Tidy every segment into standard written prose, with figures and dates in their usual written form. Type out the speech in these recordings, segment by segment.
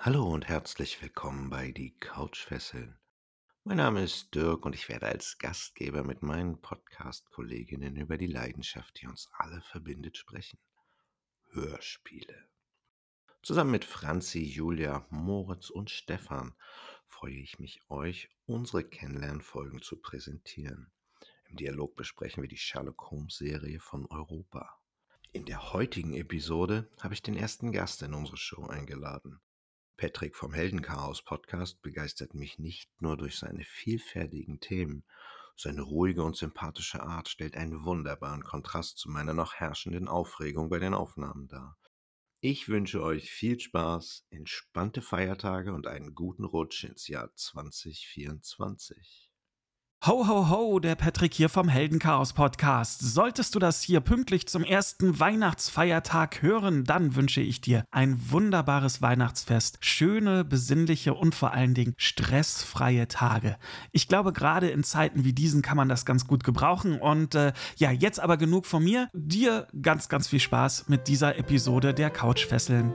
Hallo und herzlich willkommen bei Die Couchfesseln. Mein Name ist Dirk und ich werde als Gastgeber mit meinen Podcast-Kolleginnen über die Leidenschaft, die uns alle verbindet, sprechen. Hörspiele. Zusammen mit Franzi, Julia, Moritz und Stefan freue ich mich, euch unsere Kennenlernfolgen zu präsentieren. Im Dialog besprechen wir die Sherlock Holmes-Serie von Europa. In der heutigen Episode habe ich den ersten Gast in unsere Show eingeladen. Patrick vom Heldenchaos-Podcast begeistert mich nicht nur durch seine vielfältigen Themen. Seine ruhige und sympathische Art stellt einen wunderbaren Kontrast zu meiner noch herrschenden Aufregung bei den Aufnahmen dar. Ich wünsche euch viel Spaß, entspannte Feiertage und einen guten Rutsch ins Jahr 2024. Ho, ho, ho, der Patrick hier vom Heldenchaos-Podcast. Solltest du das hier pünktlich zum ersten Weihnachtsfeiertag hören, dann wünsche ich dir ein wunderbares Weihnachtsfest, schöne, besinnliche und vor allen Dingen stressfreie Tage. Ich glaube, gerade in Zeiten wie diesen kann man das ganz gut gebrauchen. Und ja, jetzt aber genug von mir. Dir ganz, ganz viel Spaß mit dieser Episode der Couchfesseln.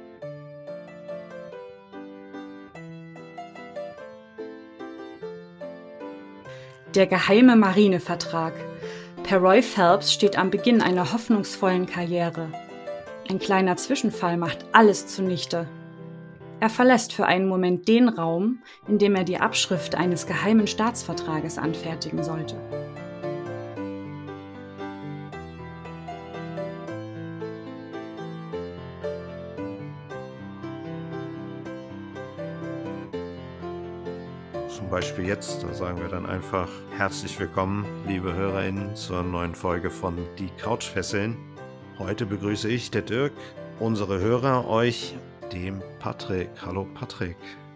Der geheime Marinevertrag. Per Roy Phelps steht am Beginn einer hoffnungsvollen Karriere. Ein kleiner Zwischenfall macht alles zunichte. Er verlässt für einen Moment den Raum, in dem er die Abschrift eines geheimen Staatsvertrages anfertigen sollte. Zum Beispiel jetzt, da sagen wir dann einfach herzlich willkommen, liebe HörerInnen, zur neuen Folge von Die Couchfesseln. Heute begrüße ich, der Dirk, unsere Hörer, euch, dem Patrick. Hallo Patrick.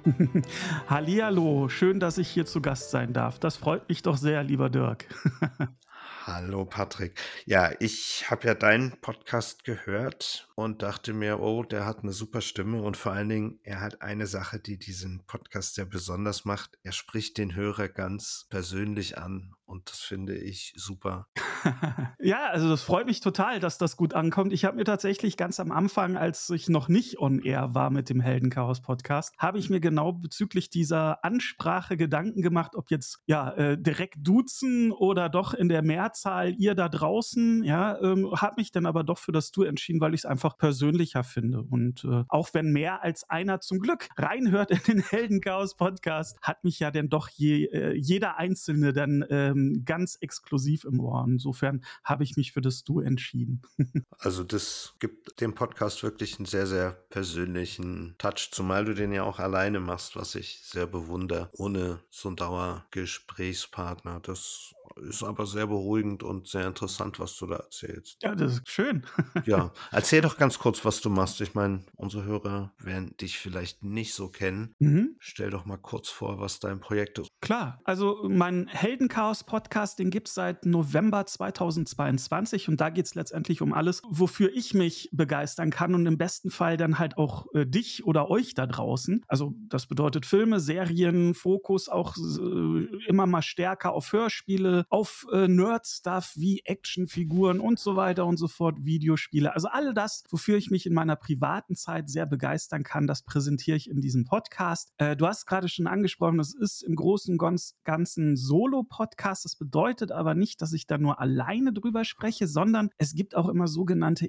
Hallihallo, schön, dass ich hier zu Gast sein darf. Das freut mich doch sehr, lieber Dirk. Hallo Patrick. Ja, ich habe ja deinen Podcast gehört und dachte mir, oh, der hat eine super Stimme und vor allen Dingen, er hat eine Sache, die diesen Podcast sehr besonders macht. Er spricht den Hörer ganz persönlich an und das finde ich super. Ja, also das freut mich total, dass das gut ankommt. Ich habe mir tatsächlich ganz am Anfang, als ich noch nicht on air war mit dem Heldenchaos-Podcast, habe ich mir genau bezüglich dieser Ansprache Gedanken gemacht, ob jetzt ja direkt duzen oder doch in der Mehrzahl ihr da draußen. Ja, habe mich dann aber doch für das Du entschieden, weil ich es einfach persönlicher finde. Und auch wenn mehr als einer zum Glück reinhört in den Heldenchaos-Podcast, hat mich ja dann doch jeder Einzelne dann ganz exklusiv im Ohr. Insofern habe ich mich für das Du entschieden. Also das gibt dem Podcast wirklich einen sehr, sehr persönlichen Touch, zumal du den ja auch alleine machst, was ich sehr bewundere, ohne so einen Dauergesprächspartner. Das ist aber sehr beruhigend und sehr interessant, was du da erzählst. Ja, das ist schön. Ja, erzähl doch ganz kurz, was du machst. Ich meine, unsere Hörer werden dich vielleicht nicht so kennen. Mhm. Stell doch mal kurz vor, was dein Projekt ist. Klar, also mein Heldenchaos-Podcast, den gibt es seit November 2022 und da geht es letztendlich um alles, wofür ich mich begeistern kann und im besten Fall dann halt auch dich oder euch da draußen. Also das bedeutet Filme, Serien, Fokus auch immer mal stärker auf Hörspiele, auf Nerd-Stuff wie Actionfiguren und so weiter und so fort, Videospiele. Also all das, wofür ich mich in meiner privaten Zeit sehr begeistern kann, das präsentiere ich in diesem Podcast. Du hast gerade schon angesprochen, das ist im Großen und Ganzen Solo-Podcast. Das bedeutet aber nicht, dass ich da nur alleine drüber spreche, sondern es gibt auch immer sogenannte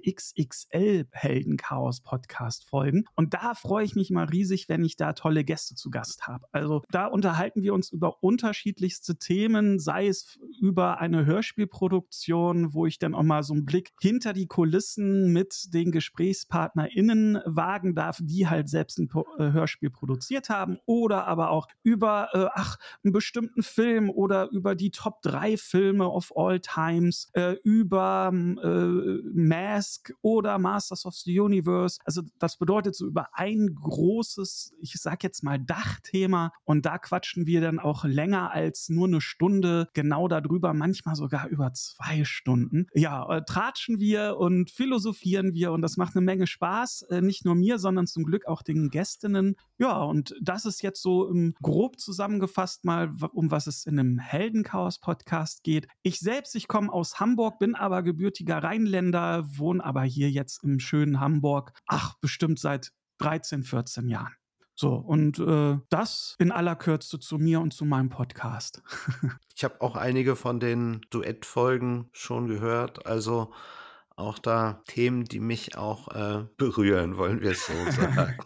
XXL-Heldenchaos-Podcast-Folgen. Und da freue ich mich mal riesig, wenn ich da tolle Gäste zu Gast habe. Also da unterhalten wir uns über unterschiedlichste Themen, sei es über eine Hörspielproduktion, wo ich dann auch mal so einen Blick hinter die Kulissen mit den GesprächspartnerInnen wagen darf, die halt selbst ein Hörspiel produziert haben, oder aber auch über einen bestimmten Film oder über die Top 3 Filme of all times, über Mask oder Masters of the Universe. Also das bedeutet so über ein großes, ich sag jetzt mal Dachthema, und da quatschen wir dann auch länger als nur eine Stunde genau darüber, manchmal sogar über 2 Stunden. Ja, tratschen wir und philosophieren wir und das macht eine Menge Spaß, nicht nur mir, sondern zum Glück auch den Gästinnen. Ja, und das ist jetzt so grob zusammengefasst mal, um was es in einem Heldenchaos-Podcast geht. Ich komme aus Hamburg, bin aber gebürtiger Rheinländer, wohne aber hier jetzt im schönen Hamburg, bestimmt seit 13, 14 Jahren. So, und das in aller Kürze zu mir und zu meinem Podcast. Ich habe auch einige von den Duettfolgen schon gehört, also auch da Themen, die mich auch, berühren, wollen wir es so sagen.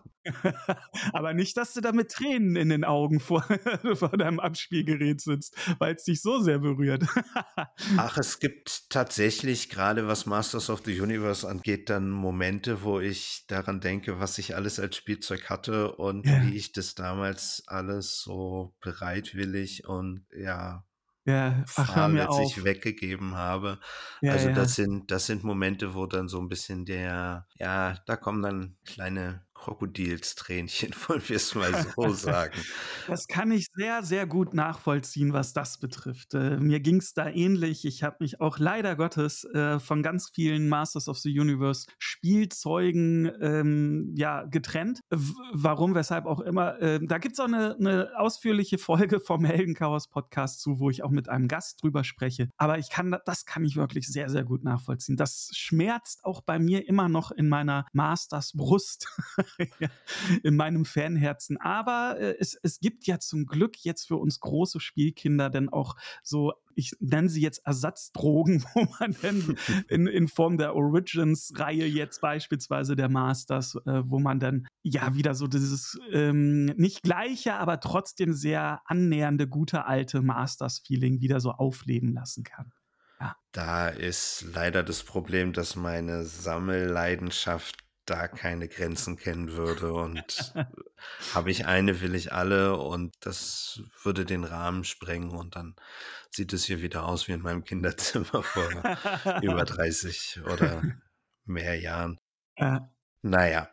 Aber nicht, dass du da mit Tränen in den Augen vor vor deinem Abspielgerät sitzt, weil's dich so sehr berührt. Ach, es gibt tatsächlich, gerade was Masters of the Universe angeht, dann Momente, wo ich daran denke, was ich alles als Spielzeug hatte und Ja, wie ich das damals alles so bereitwillig und, ja, ja. Ach, hör mir fahrlässig auf. weggegeben habe. Ja, Also, ja. das sind Momente, wo dann so 'n bisschen da kommen dann kleine Krokodilstränchen, wollen wir's mal so sagen. Das kann ich sehr, sehr gut nachvollziehen, was das betrifft. Mir ging's da ähnlich. Ich habe mich auch leider Gottes, von ganz vielen Masters of the Universe Spielzeugen, ja, getrennt. Warum, weshalb auch immer. Da gibt's auch 'ne ausführliche Folge vom Heldenchaos Podcast zu, wo ich auch mit einem Gast drüber spreche. Aber das kann ich wirklich sehr, sehr gut nachvollziehen. Das schmerzt auch bei mir immer noch in meiner Masters Brust. Ja, in meinem Fanherzen. Aber es gibt ja zum Glück jetzt für uns große Spielkinder dann auch so, ich nenne sie jetzt Ersatzdrogen, wo man dann in Form der Origins-Reihe jetzt beispielsweise der Masters, wo man dann ja wieder so dieses nicht gleiche, aber trotzdem sehr annähernde, gute alte Masters-Feeling wieder so aufleben lassen kann. Ja. Da ist leider das Problem, dass meine Sammelleidenschaft da keine Grenzen kennen würde und habe ich eine, will ich alle und das würde den Rahmen sprengen und dann sieht es hier wieder aus wie in meinem Kinderzimmer vor über 30 oder mehr Jahren. Ja, Na ja,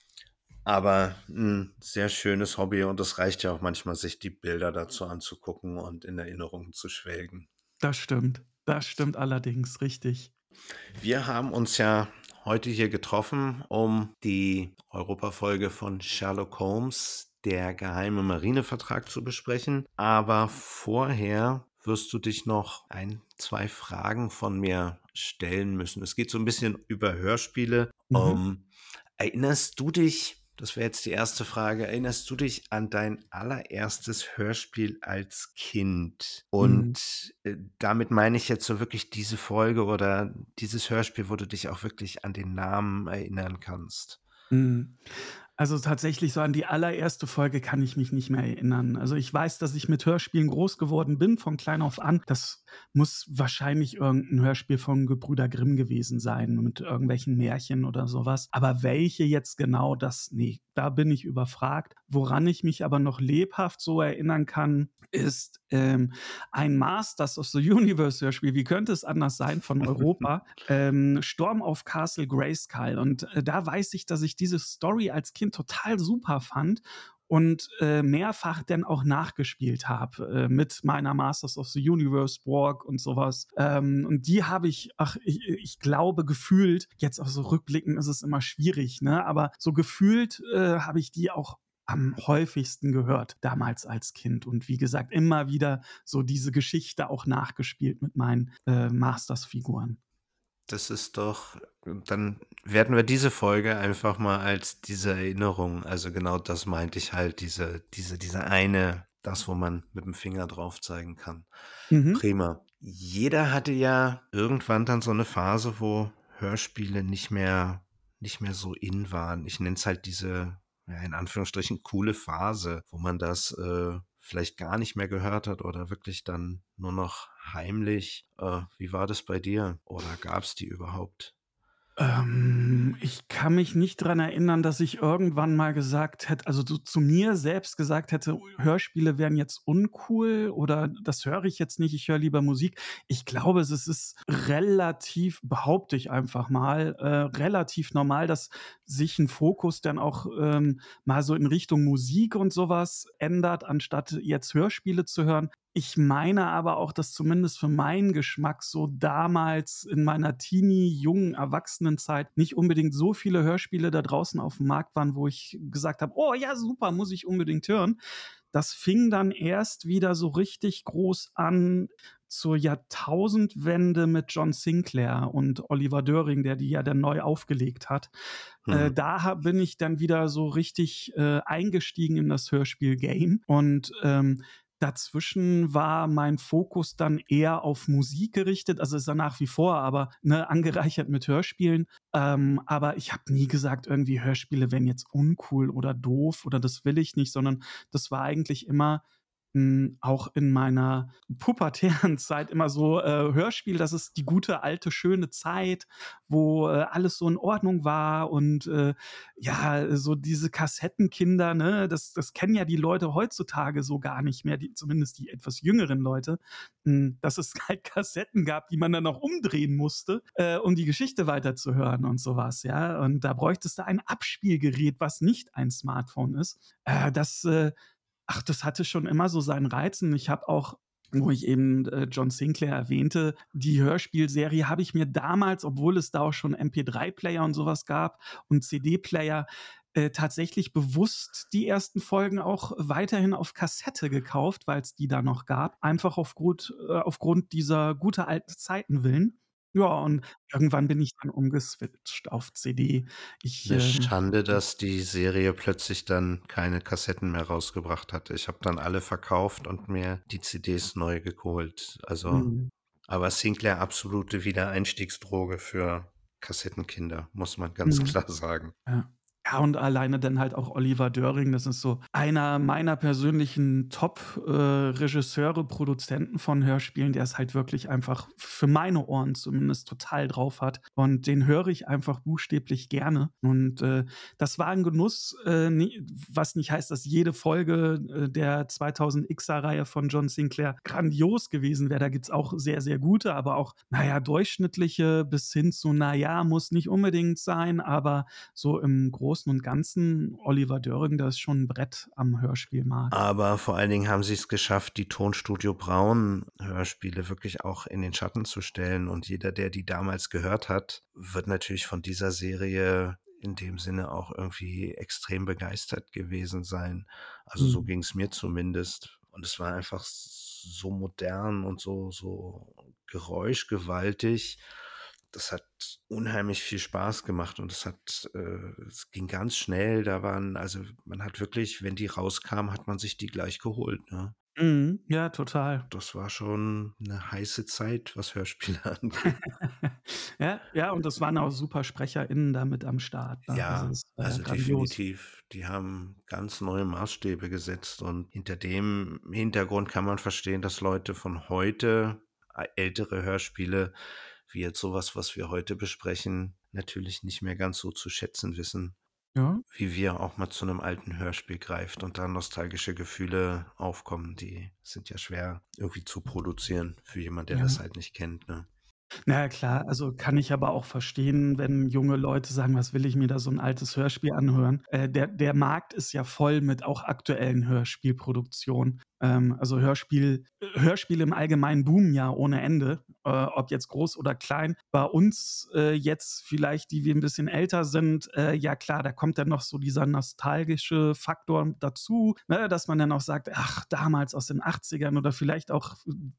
aber 'n sehr schönes Hobby und es reicht ja auch manchmal, sich die Bilder dazu anzugucken und in Erinnerungen zu schwelgen. das stimmt. Das stimmt allerdings, richtig. Wir haben uns ja heute hier getroffen, um die Europafolge von Sherlock Holmes, der geheime Marinevertrag, zu besprechen. Aber vorher wirst du dich noch 2 Fragen von mir stellen müssen. Es geht so ein bisschen über Hörspiele. Mhm. Erinnerst du dich, das wäre jetzt die erste Frage, erinnerst du dich an dein allererstes Hörspiel als Kind? Mhm. Und, damit meine ich jetzt so wirklich diese Folge oder dieses Hörspiel, wo du dich auch wirklich an den Namen erinnern kannst. Mhm. Also, tatsächlich so an die allererste Folge kann ich mich nicht mehr erinnern. Also, ich weiß, dass ich mit Hörspielen groß geworden bin von klein auf an. Das muss wahrscheinlich irgend 'n Hörspiel von Gebrüder Grimm gewesen sein mit irgendwelchen Märchen oder so was. Aber welche jetzt genau, da bin ich überfragt. Woran ich mich aber noch lebhaft so erinnern kann, ist, ein Masters of the Universe Hörspiel, wie könnte es anders sein, von Europa, Sturm auf Castle Grayskull. Und, da weiß ich, dass ich diese Story als Kind total super fand und, mehrfach dann auch nachgespielt habe, mit meiner Masters of the Universe Borg und sowas. Und die habe ich glaube gefühlt, jetzt auch so rückblickend ist es immer schwierig, ne, aber so gefühlt, habe ich die auch am häufigsten gehört damals als Kind und wie gesagt, immer wieder so diese Geschichte auch nachgespielt mit meinen, Masters-Figuren. Das ist doch dann werden wir diese Folge einfach mal als diese Erinnerung, also genau das meinte ich halt, diese eine, das, wo man mit dem Finger drauf zeigen kann. Mhm. Prima. Jeder hatte ja irgendwann dann so 'ne Phase, wo Hörspiele nicht mehr so in waren. Ich nenne es halt diese, ja, in Anführungsstrichen coole Phase, wo man das, vielleicht gar nicht mehr gehört hat oder wirklich dann nur noch heimlich. Wie war das bei dir? Oder gab's die überhaupt? Ich kann mich nicht dran erinnern, dass ich irgendwann mal gesagt hätte, also so zu mir selbst gesagt hätte, Hörspiele wären jetzt uncool oder das höre ich jetzt nicht, ich höre lieber Musik. Ich glaube, es ist relativ, behaupte ich einfach mal, relativ normal, dass sich ein Fokus dann auch, mal so in Richtung Musik und sowas ändert, anstatt jetzt Hörspiele zu hören. Ich meine aber auch, dass zumindest für meinen Geschmack so damals in meiner Teenie, jungen Erwachsenenzeit nicht unbedingt so viele Hörspiele da draußen auf dem Markt waren, wo ich gesagt habe: „Oh ja, super, muss ich unbedingt hören." Das fing dann erst wieder so richtig groß an zur Jahrtausendwende mit John Sinclair und Oliver Döring, der die ja dann neu aufgelegt hat. Mhm. Bin ich dann wieder so richtig eingestiegen in das Hörspiel-Game und dazwischen war mein Fokus dann eher auf Musik gerichtet, also ist er nach wie vor, aber ne, angereichert mit Hörspielen. Aber ich habe nie gesagt, irgendwie Hörspiele wären jetzt uncool oder doof oder das will ich nicht, sondern das war eigentlich immer auch in meiner pubertären Zeit immer so Hörspiel, das ist die gute alte schöne Zeit, wo alles so in Ordnung war und ja, so diese Kassettenkinder, ne, das kennen ja die Leute heutzutage so gar nicht mehr, die, zumindest die etwas jüngeren Leute, dass es halt Kassetten gab, die man dann noch umdrehen musste, um die Geschichte weiterzuhören und sowas, ja. Und da bräuchtest du ein Abspielgerät, was nicht ein Smartphone ist. Das hatte schon immer so seinen Reiz und ich habe auch, wo ich eben John Sinclair erwähnte, die Hörspielserie habe ich mir damals, obwohl es da auch schon MP3-Player und sowas gab und CD-Player, tatsächlich bewusst die ersten Folgen auch weiterhin auf Kassette gekauft, weil es die da noch gab, einfach aufgrund dieser gute alten Zeiten willen. Ja, und irgendwann bin ich dann umgeswitcht auf CD. Ich, 'Ne Schande, dass die Serie plötzlich dann keine Kassetten mehr rausgebracht hatte. Ich habe dann alle verkauft und mir die CDs neu geholt. Also, mhm. aber Sinclair absolute Wiedereinstiegsdroge für Kassettenkinder, muss man ganz Mhm. klar sagen. Ja. Ja, und alleine dann halt auch Oliver Döring, das ist so einer meiner persönlichen Top Regisseure, Produzenten von Hörspielen, der es halt wirklich einfach für meine Ohren zumindest total drauf hat. Und den höre ich einfach buchstäblich gerne. Und das war ein Genuss, was nicht heißt, dass jede Folge der 2000Xer-Reihe von John Sinclair grandios gewesen wäre. Da gibt's auch sehr, sehr gute, aber auch, naja, durchschnittliche bis hin zu, naja, muss nicht unbedingt sein, aber so im Großen und Ganzen, Oliver Döring, das ist schon ein Brett am Hörspielmarkt. Aber vor allen Dingen haben sie's geschafft, die Tonstudio Braun Hörspiele wirklich auch in den Schatten zu stellen, und jeder, der die damals gehört hat, wird natürlich von dieser Serie in dem Sinne auch irgendwie extrem begeistert gewesen sein. Also, so Mhm. ging's mir zumindest. Und es war einfach so modern und so geräuschgewaltig. Das hat unheimlich viel Spaß gemacht, und es ging ganz schnell. Man hat wirklich, wenn die rauskam, hat man sich die gleich geholt, ne? Mhm. Ja, total. Das war schon 'ne heiße Zeit, was Hörspiele angeht. Ja, ja, und das waren auch super SprecherInnen da mit am Start, ne? Also, Ja, das war ja also grandios. definitiv. Die haben ganz neue Maßstäbe gesetzt, und hinter dem Hintergrund kann man verstehen, dass Leute von heute ältere Hörspiele, wie jetzt so was wir heute besprechen, natürlich nicht mehr ganz so zu schätzen wissen, Ja, wie wir. Auch mal zu 'nem alten Hörspiel greift und da nostalgische Gefühle aufkommen, die sind ja schwer irgendwie zu produzieren für jemand, der das ja. halt nicht kennt, ne? Na ja, klar, also kann ich aber auch verstehen, wenn junge Leute sagen: „Was will ich mir da so 'n altes Hörspiel anhören?" Der Markt ist ja voll mit auch aktuellen Hörspielproduktionen. Also Hörspiele im Allgemeinen boomen ja ohne Ende, ob jetzt groß oder klein. Bei uns, jetzt vielleicht, die wir 'n bisschen älter sind, ja klar, da kommt dann noch so dieser nostalgische Faktor dazu, ne, dass man dann auch sagt: „Ach, damals aus den 80ern oder vielleicht auch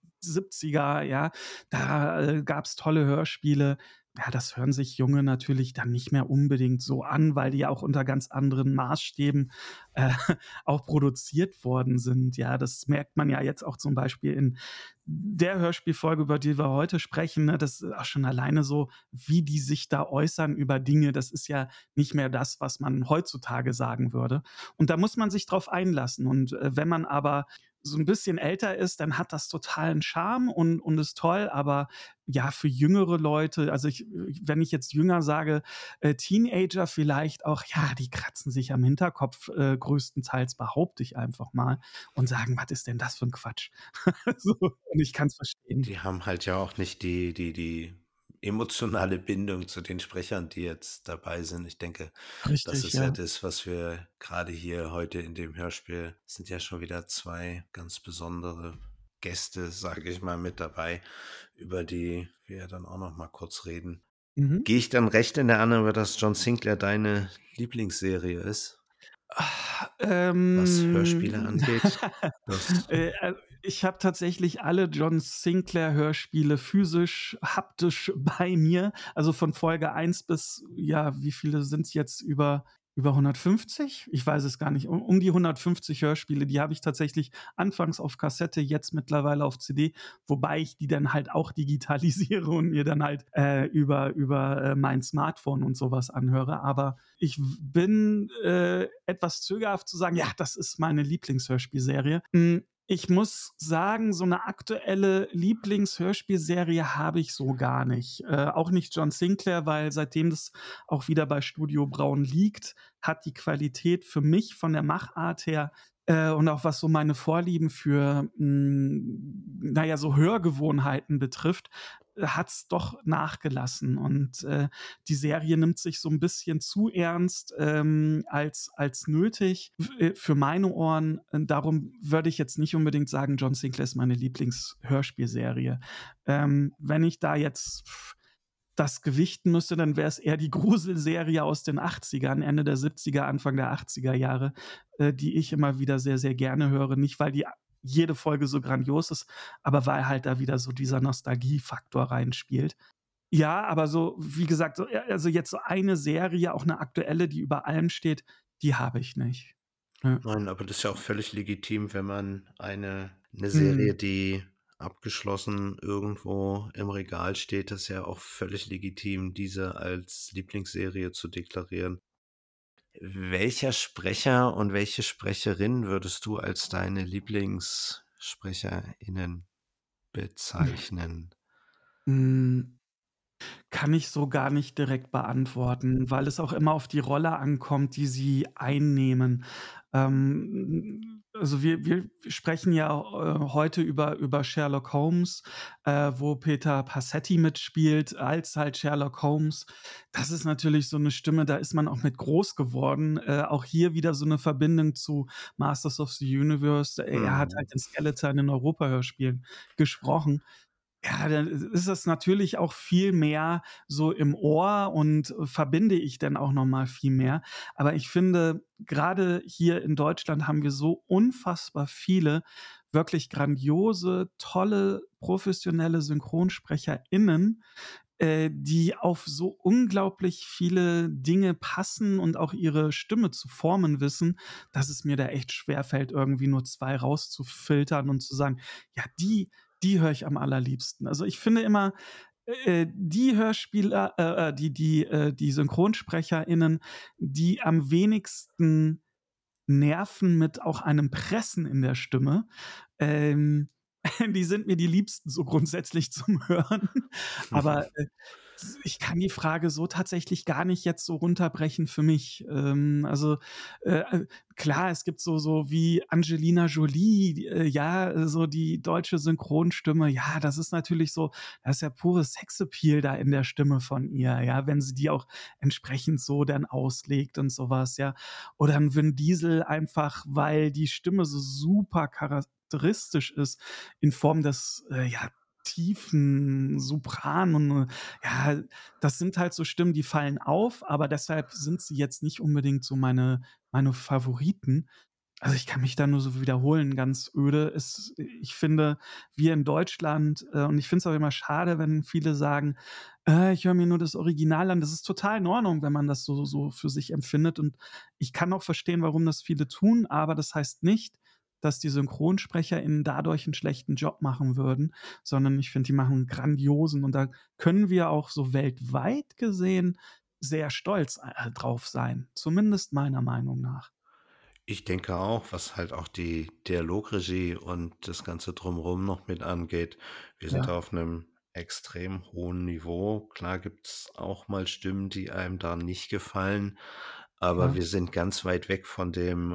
70er, ja, da gab's tolle Hörspiele." Ja, das hören sich Junge natürlich dann nicht mehr unbedingt so an, weil die ja auch unter ganz anderen Maßstäben äh, auch produziert worden sind. Ja, das merkt man ja jetzt auch zum Beispiel in der Hörspielfolge, über die wir heute sprechen, ne? Das ist auch schon alleine so, wie die sich da äußern über Dinge. Das ist ja nicht mehr das, was man heutzutage sagen würde. Und da muss man sich drauf einlassen. Und wenn man aber so ein bisschen älter ist, dann hat das totalen Charme und ist toll, aber ja, für jüngere Leute, also wenn ich jetzt jünger sage, Teenager vielleicht auch, ja, die kratzen sich am Hinterkopf, größtenteils, behaupte ich einfach mal, und sagen: „Was ist denn das für ein Quatsch?" So, und ich kann's verstehen. Die haben halt ja auch nicht die emotionale Bindung zu den Sprechern, die jetzt dabei sind. Ich denke, das Richtig, ist ja ja. das, was wir grade hier heute in dem Hörspiel, sind ja schon wieder 2 ganz besondere Gäste, sage ich mal, mit dabei, über die wir dann auch noch mal kurz reden. Mhm. Gehe ich dann recht in der Annahme, dass John Sinclair deine Lieblingsserie ist, Ah, was Hörspiele angeht? Das ich habe tatsächlich alle John Sinclair-Hörspiele physisch, haptisch bei mir. Also von Folge 1 bis, ja, wie viele sind's jetzt? Über 150? Ich weiß es gar nicht. Um die 150 Hörspiele, die habe ich tatsächlich anfangs auf Kassette, jetzt mittlerweile auf CD, wobei ich die dann halt auch digitalisiere und mir dann halt, über mein Smartphone und sowas anhöre. Aber ich bin, etwas zögerhaft zu sagen: „Ja, das ist meine Lieblingshörspielserie." Ich muss sagen, so eine aktuelle Lieblingshörspielserie habe ich so gar nicht. Auch nicht John Sinclair, weil seitdem das auch wieder bei Studio Braun liegt, hat die Qualität für mich von der Machart her, und auch was so meine Vorlieben für, na ja, so Hörgewohnheiten betrifft, hat's doch nachgelassen. Und, die Serie nimmt sich so ein bisschen zu ernst, als nötig für meine Ohren. Darum würde ich jetzt nicht unbedingt sagen, John Sinclair ist meine Lieblingshörspielserie. Wenn ich da jetzt das gewichten müsste, dann wäre es eher die Gruselserie aus den 80ern, Ende der 70er, Anfang der 80er Jahre, die ich immer wieder sehr, sehr gerne höre. Nicht, weil die jede Folge so grandios ist, aber weil halt da wieder so dieser Nostalgiefaktor reinspielt. Ja, aber so, wie gesagt, so, also jetzt so eine Serie, auch eine aktuelle, die über allem steht, die habe ich nicht. Ja. Nein, aber das ist ja auch völlig legitim, wenn man eine Serie, Mhm. die abgeschlossen irgendwo im Regal steht, das ist ja auch völlig legitim, diese als Lieblingsserie zu deklarieren. Welcher Sprecher und welche Sprecherin würdest du als deine LieblingssprecherInnen bezeichnen? Hm, kann ich so gar nicht direkt beantworten, weil es auch immer auf die Rolle ankommt, die sie einnehmen. Also wir sprechen ja, heute über Sherlock Holmes, wo Peter Passetti mitspielt als halt Sherlock Holmes. Das ist natürlich so eine Stimme, da ist man auch mit groß geworden. Auch hier wieder so eine Verbindung zu Masters of the Universe. Er hat Mhm. halt den Skeletor in Europa-Hörspielen gesprochen. Ja, dann ist das natürlich auch viel mehr so im Ohr und verbinde ich dann auch noch mal viel mehr. Aber ich finde, grade hier in Deutschland haben wir so unfassbar viele wirklich grandiose, tolle, professionelle SynchronsprecherInnen, die auf so unglaublich viele Dinge passen und auch ihre Stimme zu formen wissen, dass es mir da echt schwerfällt, irgendwie nur 2 rauszufiltern und zu sagen: „Ja, die höre ich am allerliebsten." Also, ich finde immer, die Hörspieler die SynchronsprecherInnen, die am wenigsten nerven mit auch einem Pressen in der Stimme, ähm, die sind mir die liebsten so grundsätzlich zum Hören. Aber, ich kann die Frage so tatsächlich gar nicht jetzt so runterbrechen für mich. Also, klar, es gibt so wie Angelina Jolie, ja, so die deutsche Synchronstimme. Ja, das ist natürlich so, das ist ja pures Sexappeal da in der Stimme von ihr, ja, wenn sie die auch entsprechend so dann auslegt und sowas, ja. Oder 'n Vin Diesel einfach, weil die Stimme so super charakteristisch ist in Form des, ja, tiefen Sopran und, ja, das sind halt so Stimmen, die fallen auf, aber deshalb sind sie jetzt nicht unbedingt so meine Favoriten. Also, ich kann mich da nur so wiederholen, ganz öde. Ich finde, wir in Deutschland, und ich finde es auch immer schade, wenn viele sagen: ich höre mir nur das Original an." Das ist total in Ordnung, wenn man das so für sich empfindet, und ich kann auch verstehen, warum das viele tun, aber das heißt nicht, dass die SynchronsprecherInnen dadurch einen schlechten Job machen würden, sondern ich finde, die machen 'n grandiosen, und da können wir auch so weltweit gesehen sehr stolz, drauf sein, zumindest meiner Meinung nach. Ich denke auch, was halt auch die Dialogregie und das Ganze Drumherum noch mit angeht. Wir sind Ja, da auf einem extrem hohen Niveau. Klar gibt's auch mal Stimmen, die einem da nicht gefallen, aber klar. wir sind ganz weit weg von dem,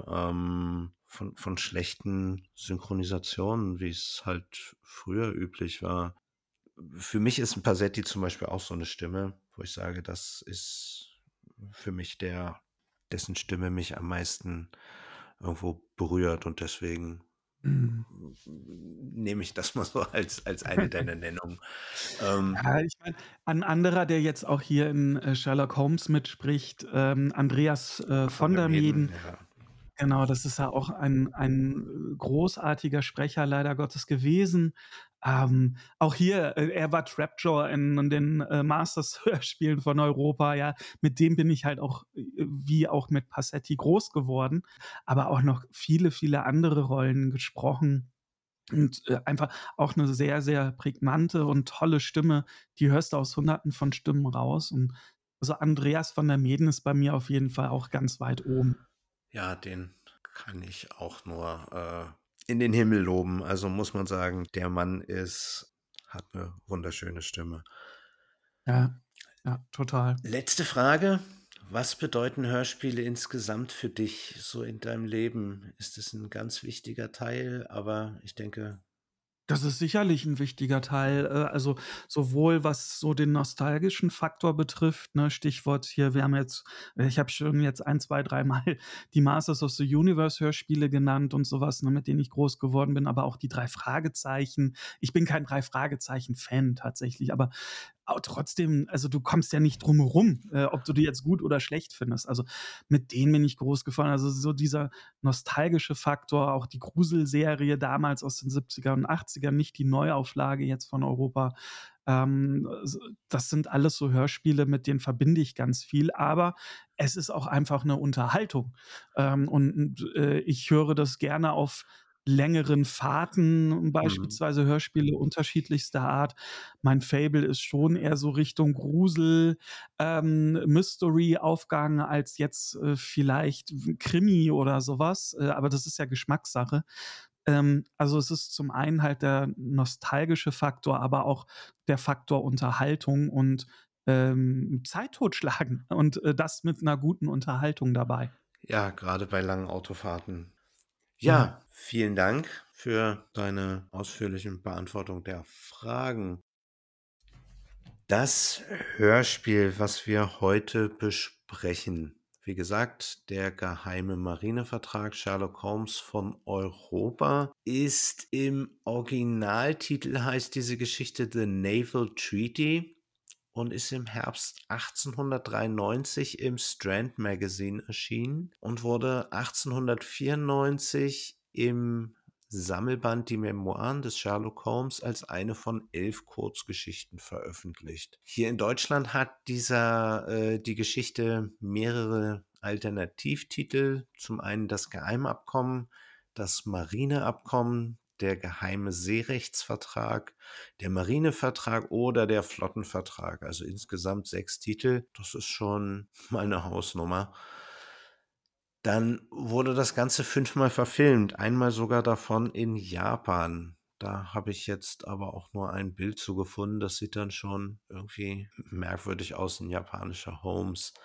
von schlechten Synchronisationen, wie es halt früher üblich war. Für mich ist 'n Passetti zum Beispiel auch so 'ne Stimme, wo ich sage, das ist für mich der dessen Stimme mich am meisten irgendwo berührt und deswegen Mhm. Nehme ich das mal so als eine deiner Nennungen. Ähm, Ja, ich meine, ein anderer, der jetzt auch hier in, Sherlock Holmes mitspricht, Andreas, von von der der Meeden, Meeden. ja. Genau, das ist ja auch ein großartiger Sprecher leider Gottes gewesen. Auch hier, er war Trapjaw in den, Masters-Hörspielen von Europa, ja. Mit dem bin ich halt auch, wie auch mit Passetti groß geworden, aber auch noch viele, viele andere Rollen gesprochen und, einfach auch 'ne sehr, sehr prägnante und tolle Stimme. Die hörst du aus Hunderten von Stimmen raus und also Andreas von der Meeden ist bei mir auf jeden Fall auch ganz weit oben. Ja, den kann ich auch nur, in den Himmel loben. Also, muss man sagen, der Mann hat eine wunderschöne Stimme. Ja, ja, total. Letzte Frage: Was bedeuten Hörspiele insgesamt für dich so in deinem Leben? Ist es ein ganz wichtiger Teil? Aber ich denke. Das ist sicherlich 'n wichtiger Teil, also, sowohl was so den nostalgischen Faktor betrifft, ne, Stichwort hier, wir haben jetzt ich habe schon jetzt ein, zwei, dreimal die Masters of the Universe Hörspiele genannt und so was, ne, mit denen ich groß geworden bin, aber auch die 3 Fragezeichen. Ich bin kein 3 Fragezeichen-Fan tatsächlich, aber trotzdem, also, du kommst ja nicht drum herum, ob du die jetzt gut oder schlecht findest. Also, mit denen bin ich groß geworden. Also, so dieser nostalgische Faktor, auch die Gruselserie damals aus den 70er und 80ern, nicht die Neuauflage jetzt von Europa. Das sind alles so Hörspiele, mit denen verbinde ich ganz viel, aber es ist auch einfach 'ne Unterhaltung. Ich höre das gerne auf längeren Fahrten, Mhm. beispielsweise Hörspiele unterschiedlichster Art. Mein Faible ist schon eher so Richtung Grusel, Mystery aufgegangen als jetzt, vielleicht Krimi oder so was, aber das ist ja Geschmackssache. Also, es ist zum einen halt der nostalgische Faktor, aber auch der Faktor Unterhaltung und, Zeit totschlagen und, das mit 'ner guten Unterhaltung dabei. Ja, gerade bei langen Autofahrten. Ja. Ja, vielen Dank für deine ausführliche Beantwortung der Fragen. Das Hörspiel, was wir heute besprechen, wie gesagt, der geheime Marinevertrag Sherlock Holmes von Europa, ist im Originaltitel heißt diese Geschichte The Naval Treaty und ist im Herbst 1893 im Strand Magazine erschienen und wurde 1894 im Sammelband Die Memoiren des Sherlock Holmes als eine von 11 Kurzgeschichten veröffentlicht. Hier in Deutschland hat die Geschichte mehrere Alternativtitel. Zum einen das Geheimabkommen, das Marineabkommen, der geheime Seerechtsvertrag, der Marinevertrag oder der Flottenvertrag. Also insgesamt 6 Titel. Das ist schon mal eine Hausnummer. Dann wurde das Ganze 5-mal verfilmt, einmal sogar davon in Japan. Da habe ich jetzt aber auch nur ein Bild zu gefunden. Das sieht dann schon irgendwie merkwürdig aus, 'n japanischer Holmes.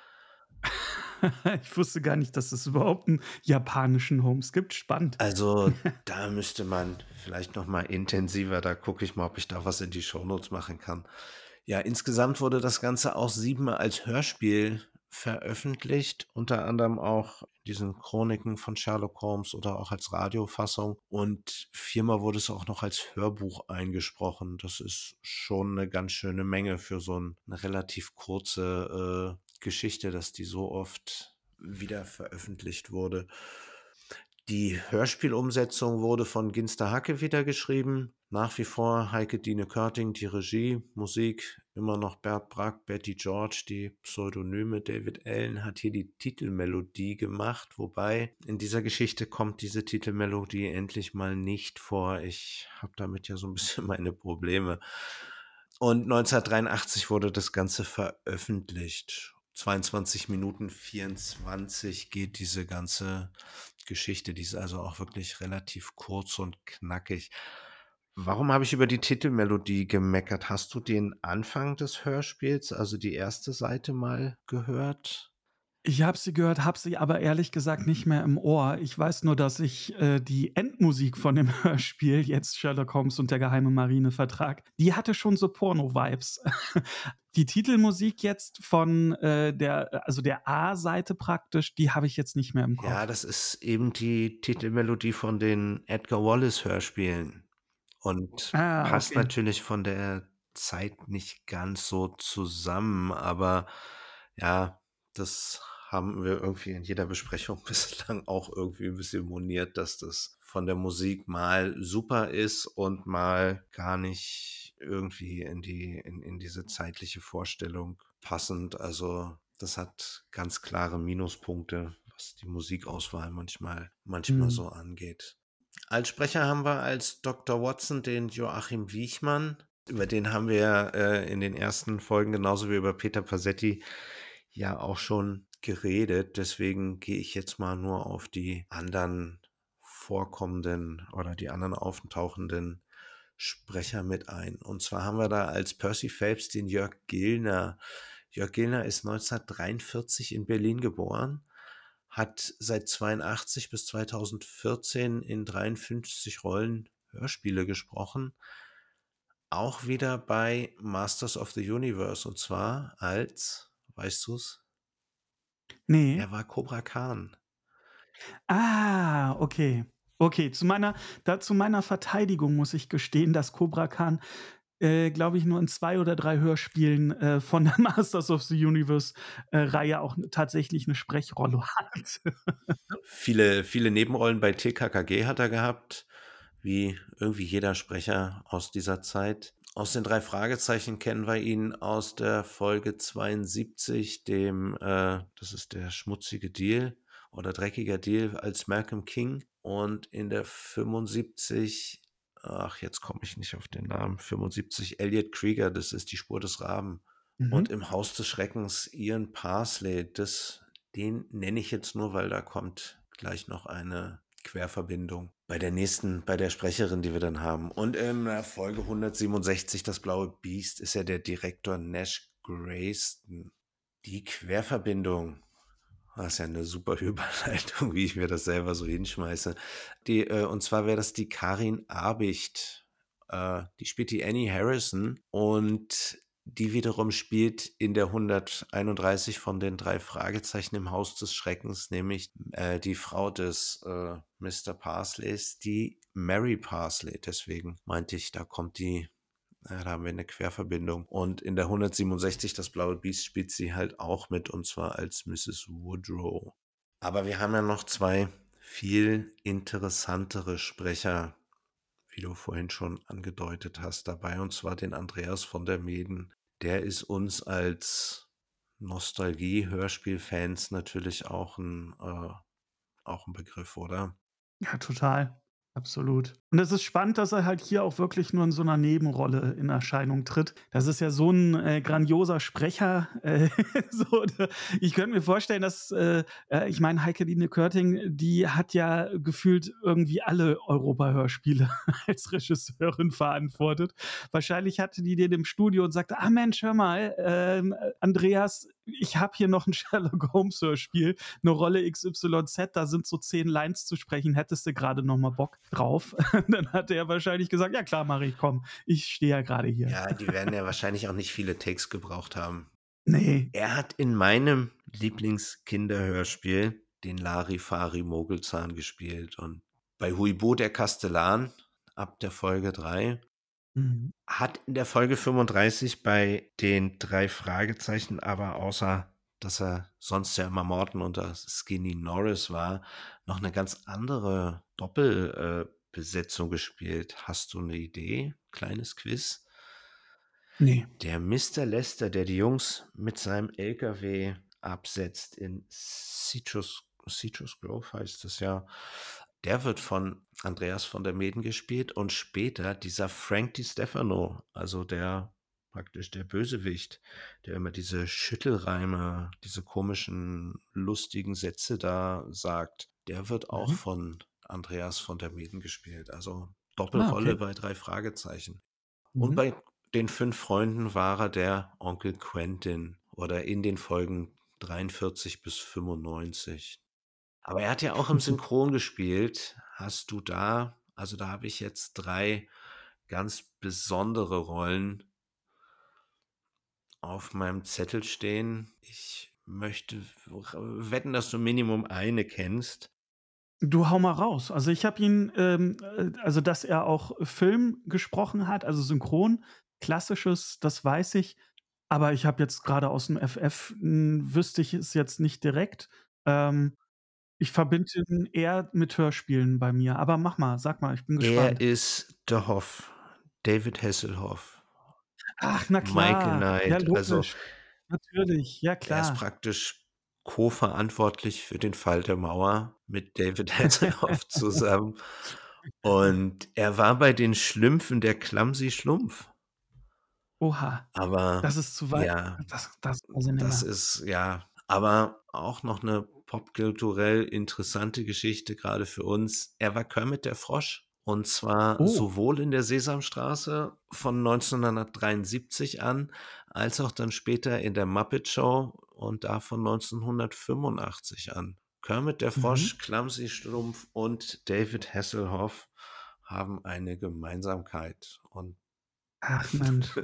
Ich wusste gar nicht, dass es überhaupt 'n japanischen Holmes gibt. Spannend. Also, da müsste man vielleicht noch mal intensiver da gucke ich mal, ob ich da was in die Shownotes machen kann. Ja, insgesamt wurde das Ganze auch 7-mal als Hörspiel veröffentlicht, unter anderem auch diesen Chroniken von Sherlock Holmes oder auch als Radiofassung und 4-mal wurde es auch noch als Hörbuch eingesprochen. Das ist schon 'ne ganz schöne Menge für so 'ne relativ kurze, Geschichte, dass die so oft wieder veröffentlicht wurde. Die Hörspielumsetzung wurde von Ginster Hacke wieder geschrieben. Nach wie vor Heike-Dine Körting die Regie, Musik immer noch Bert Brack, Betty George, die Pseudonyme. David Allen hat hier die Titelmelodie gemacht, wobei in dieser Geschichte kommt diese Titelmelodie endlich mal nicht vor. Ich habe damit ja so ein bisschen meine Probleme. Und 1983 wurde das Ganze veröffentlicht. 22 Minuten 24 geht diese ganze Geschichte. Die ist also auch wirklich relativ kurz und knackig. Warum habe ich über die Titelmelodie gemeckert? Hast du den Anfang des Hörspiels, also die erste Seite mal gehört? Ich habe sie gehört, habe sie aber ehrlich gesagt nicht mehr im Ohr. Ich weiß nur, dass ich, die Endmusik von dem Hörspiel, jetzt Sherlock Holmes und der geheime Marinevertrag, die hatte schon so Porno-Vibes. Die Titelmusik jetzt von, der A-Seite praktisch, die habe ich jetzt nicht mehr im Ja, Kopf. das ist eben die Titelmelodie von den Edgar Wallace-Hörspielen und Ah, passt okay. natürlich von der Zeit nicht ganz so zusammen, aber ja, das haben wir irgendwie in jeder Besprechung bislang auch irgendwie ein bisschen moniert, dass das von der Musik mal super ist und mal gar nicht irgendwie in diese zeitliche Vorstellung passend. Also, das hat ganz klare Minuspunkte, was die Musikauswahl manchmal Mhm. so angeht. Als Sprecher haben wir als Dr. Watson den Joachim Wiechmann. Über den haben wir in den ersten Folgen genauso wie über Peter Pasetti ja auch schon geredet. Deswegen gehe ich jetzt mal nur auf die anderen vorkommenden oder die anderen auftauchenden Sprecher mit ein. Und zwar haben wir da als Percy Phelps den Jörg Gilner. Jörg Gilner ist 1943 in Berlin geboren, hat seit 82 bis 2014 in 53 Rollen Hörspiele gesprochen, auch wieder bei Masters of the Universe und zwar als, weißt du's? Ne. Er war Cobra Khan. Ah, okay. Okay, zu meiner Verteidigung muss ich gestehen, dass Cobra Khan, glaube ich, nur in 2 oder 3 Hörspielen, von der Masters of the Universe, Reihe auch tatsächlich 'ne Sprechrolle hat. Viele Nebenrollen bei TKKG hat er gehabt, wie irgendwie jeder Sprecher aus dieser Zeit. Aus den 3 Fragezeichen kennen wir ihn aus der Folge 72, das ist der schmutzige Deal oder dreckiger Deal als Malcolm King und in der 75, ach, jetzt komme ich nicht auf den Namen, 75 Elliot Krieger, das ist die Spur des Raben. Und Mhm. im Haus des Schreckens Ian Parsley, den nenne ich jetzt nur, weil da kommt gleich noch eine Querverbindung bei der Sprecherin, die wir dann haben. Und in der Folge 167, das blaue Biest, ist ja der Direktor Nash Grayston. Die Querverbindung, das ist ja eine super Überleitung, wie ich mir das selber so hinschmeiße. Und zwar wäre das die Karin Abicht. Die spielt die Annie Harrison und die wiederum spielt in der 131 von den 3 Fragezeichen im Haus des Schreckens, nämlich die Frau des Mr. Parsleys, die Mary Parsley. Deswegen meinte ich, da haben wir eine Querverbindung. Und in der 167, das blaue Biest, spielt sie halt auch mit, und zwar als Mrs. Woodrow. Aber wir haben ja noch 2 viel interessantere Sprecher, wie du vorhin schon angedeutet hast, dabei, und zwar den Andreas von der Meeden. Der ist uns als Nostalgie-Hörspiel-Fans natürlich auch ein Begriff, oder? Ja, total. Absolut. Und es ist spannend, dass er halt hier auch wirklich nur in so 'ner Nebenrolle in Erscheinung tritt. Das ist ja so 'n, grandioser Sprecher, so, ich könnte mir vorstellen, dass, ich meine, Heike-Dine Körting, die hat ja gefühlt irgendwie alle Europa-Hörspiele als Regisseurin verantwortet. Wahrscheinlich hatte die den im Studio und sagte: „Ah Mensch, hör mal, Andreas, ich habe hier noch 'n Sherlock-Holmes-Hörspiel, 'ne Rolle XYZ, da sind so 10 Lines zu sprechen, hättest du gerade noch mal Bock drauf?“ Dann hat er wahrscheinlich gesagt: „Ja klar, mache ich, komm, ich stehe ja gerade hier.“ Ja, die werden ja wahrscheinlich auch nicht viele Takes gebraucht haben. Ne. Er hat in meinem Lieblingskinderhörspiel den Larifari Mogelzahn gespielt und bei Huibo der Kastellan ab der Folge 3 Mhm. hat in der Folge 35 bei den 3 Fragezeichen aber außer dass er sonst ja immer Morton unter Skinny Norris war, noch eine ganz andere Doppelbesetzung Besetzung gespielt. Hast du eine Idee? Kleines Quiz. Ne. Der Mister Lester, der die Jungs mit seinem LKW absetzt in Citrus Grove heißt es ja, der wird von Andreas von der Meeden gespielt und später dieser Frank Di also der praktisch der Bösewicht, der immer diese Schüttelreime, diese komischen, lustigen Sätze da sagt, der wird auch Mhm. von Andreas von der Meeden gespielt. Also Ah, Doppelrolle okay. bei 3 Fragezeichen. Und Mhm. bei den 5 Freunden war er der Onkel Quentin oder in den Folgen 43 bis 95. Aber er hat ja auch im Synchron gespielt. Hast du da also, da habe ich jetzt 3 ganz besondere Rollen auf meinem Zettel stehen. Ich möchte wetten, dass du Minimum eine kennst. Du, hau mal raus. Also, ich habe ihn, also, dass er auch Film gesprochen hat, also, synchron, klassisches, das weiß ich. Aber ich habe jetzt grade aus'm FF wüsste ich es jetzt nicht direkt. Ähm, Ich verbinde ihn eher mit Hörspielen bei mir. Aber mach mal, sag mal, ich bin Er gespannt. ist der Hoff, David Hasselhoff, Ach, na Michael klar. Ja, Knight. Also, logisch. Natürlich. Ja, er ist klar. praktisch co-verantwortlich für den Fall der Mauer mit David Hasselhoff zusammen. Und er war bei den Schlümpfen der Clumsy Schlumpf. Oha, das Aber ist zu weit. ja, Das weiß ich nicht das mehr. ist ja, aber auch noch 'ne popkulturell interessante Geschichte, grade für uns. Er war Kermit der Frosch, und zwar Oh. sowohl in der Sesamstraße von 1973 an, als auch dann später in der Muppet Show und da von 1985 an. Kermit der Mhm. Frosch, Clumsy Schlumpf und David Hasselhoff haben eine Gemeinsamkeit und Ach Mensch.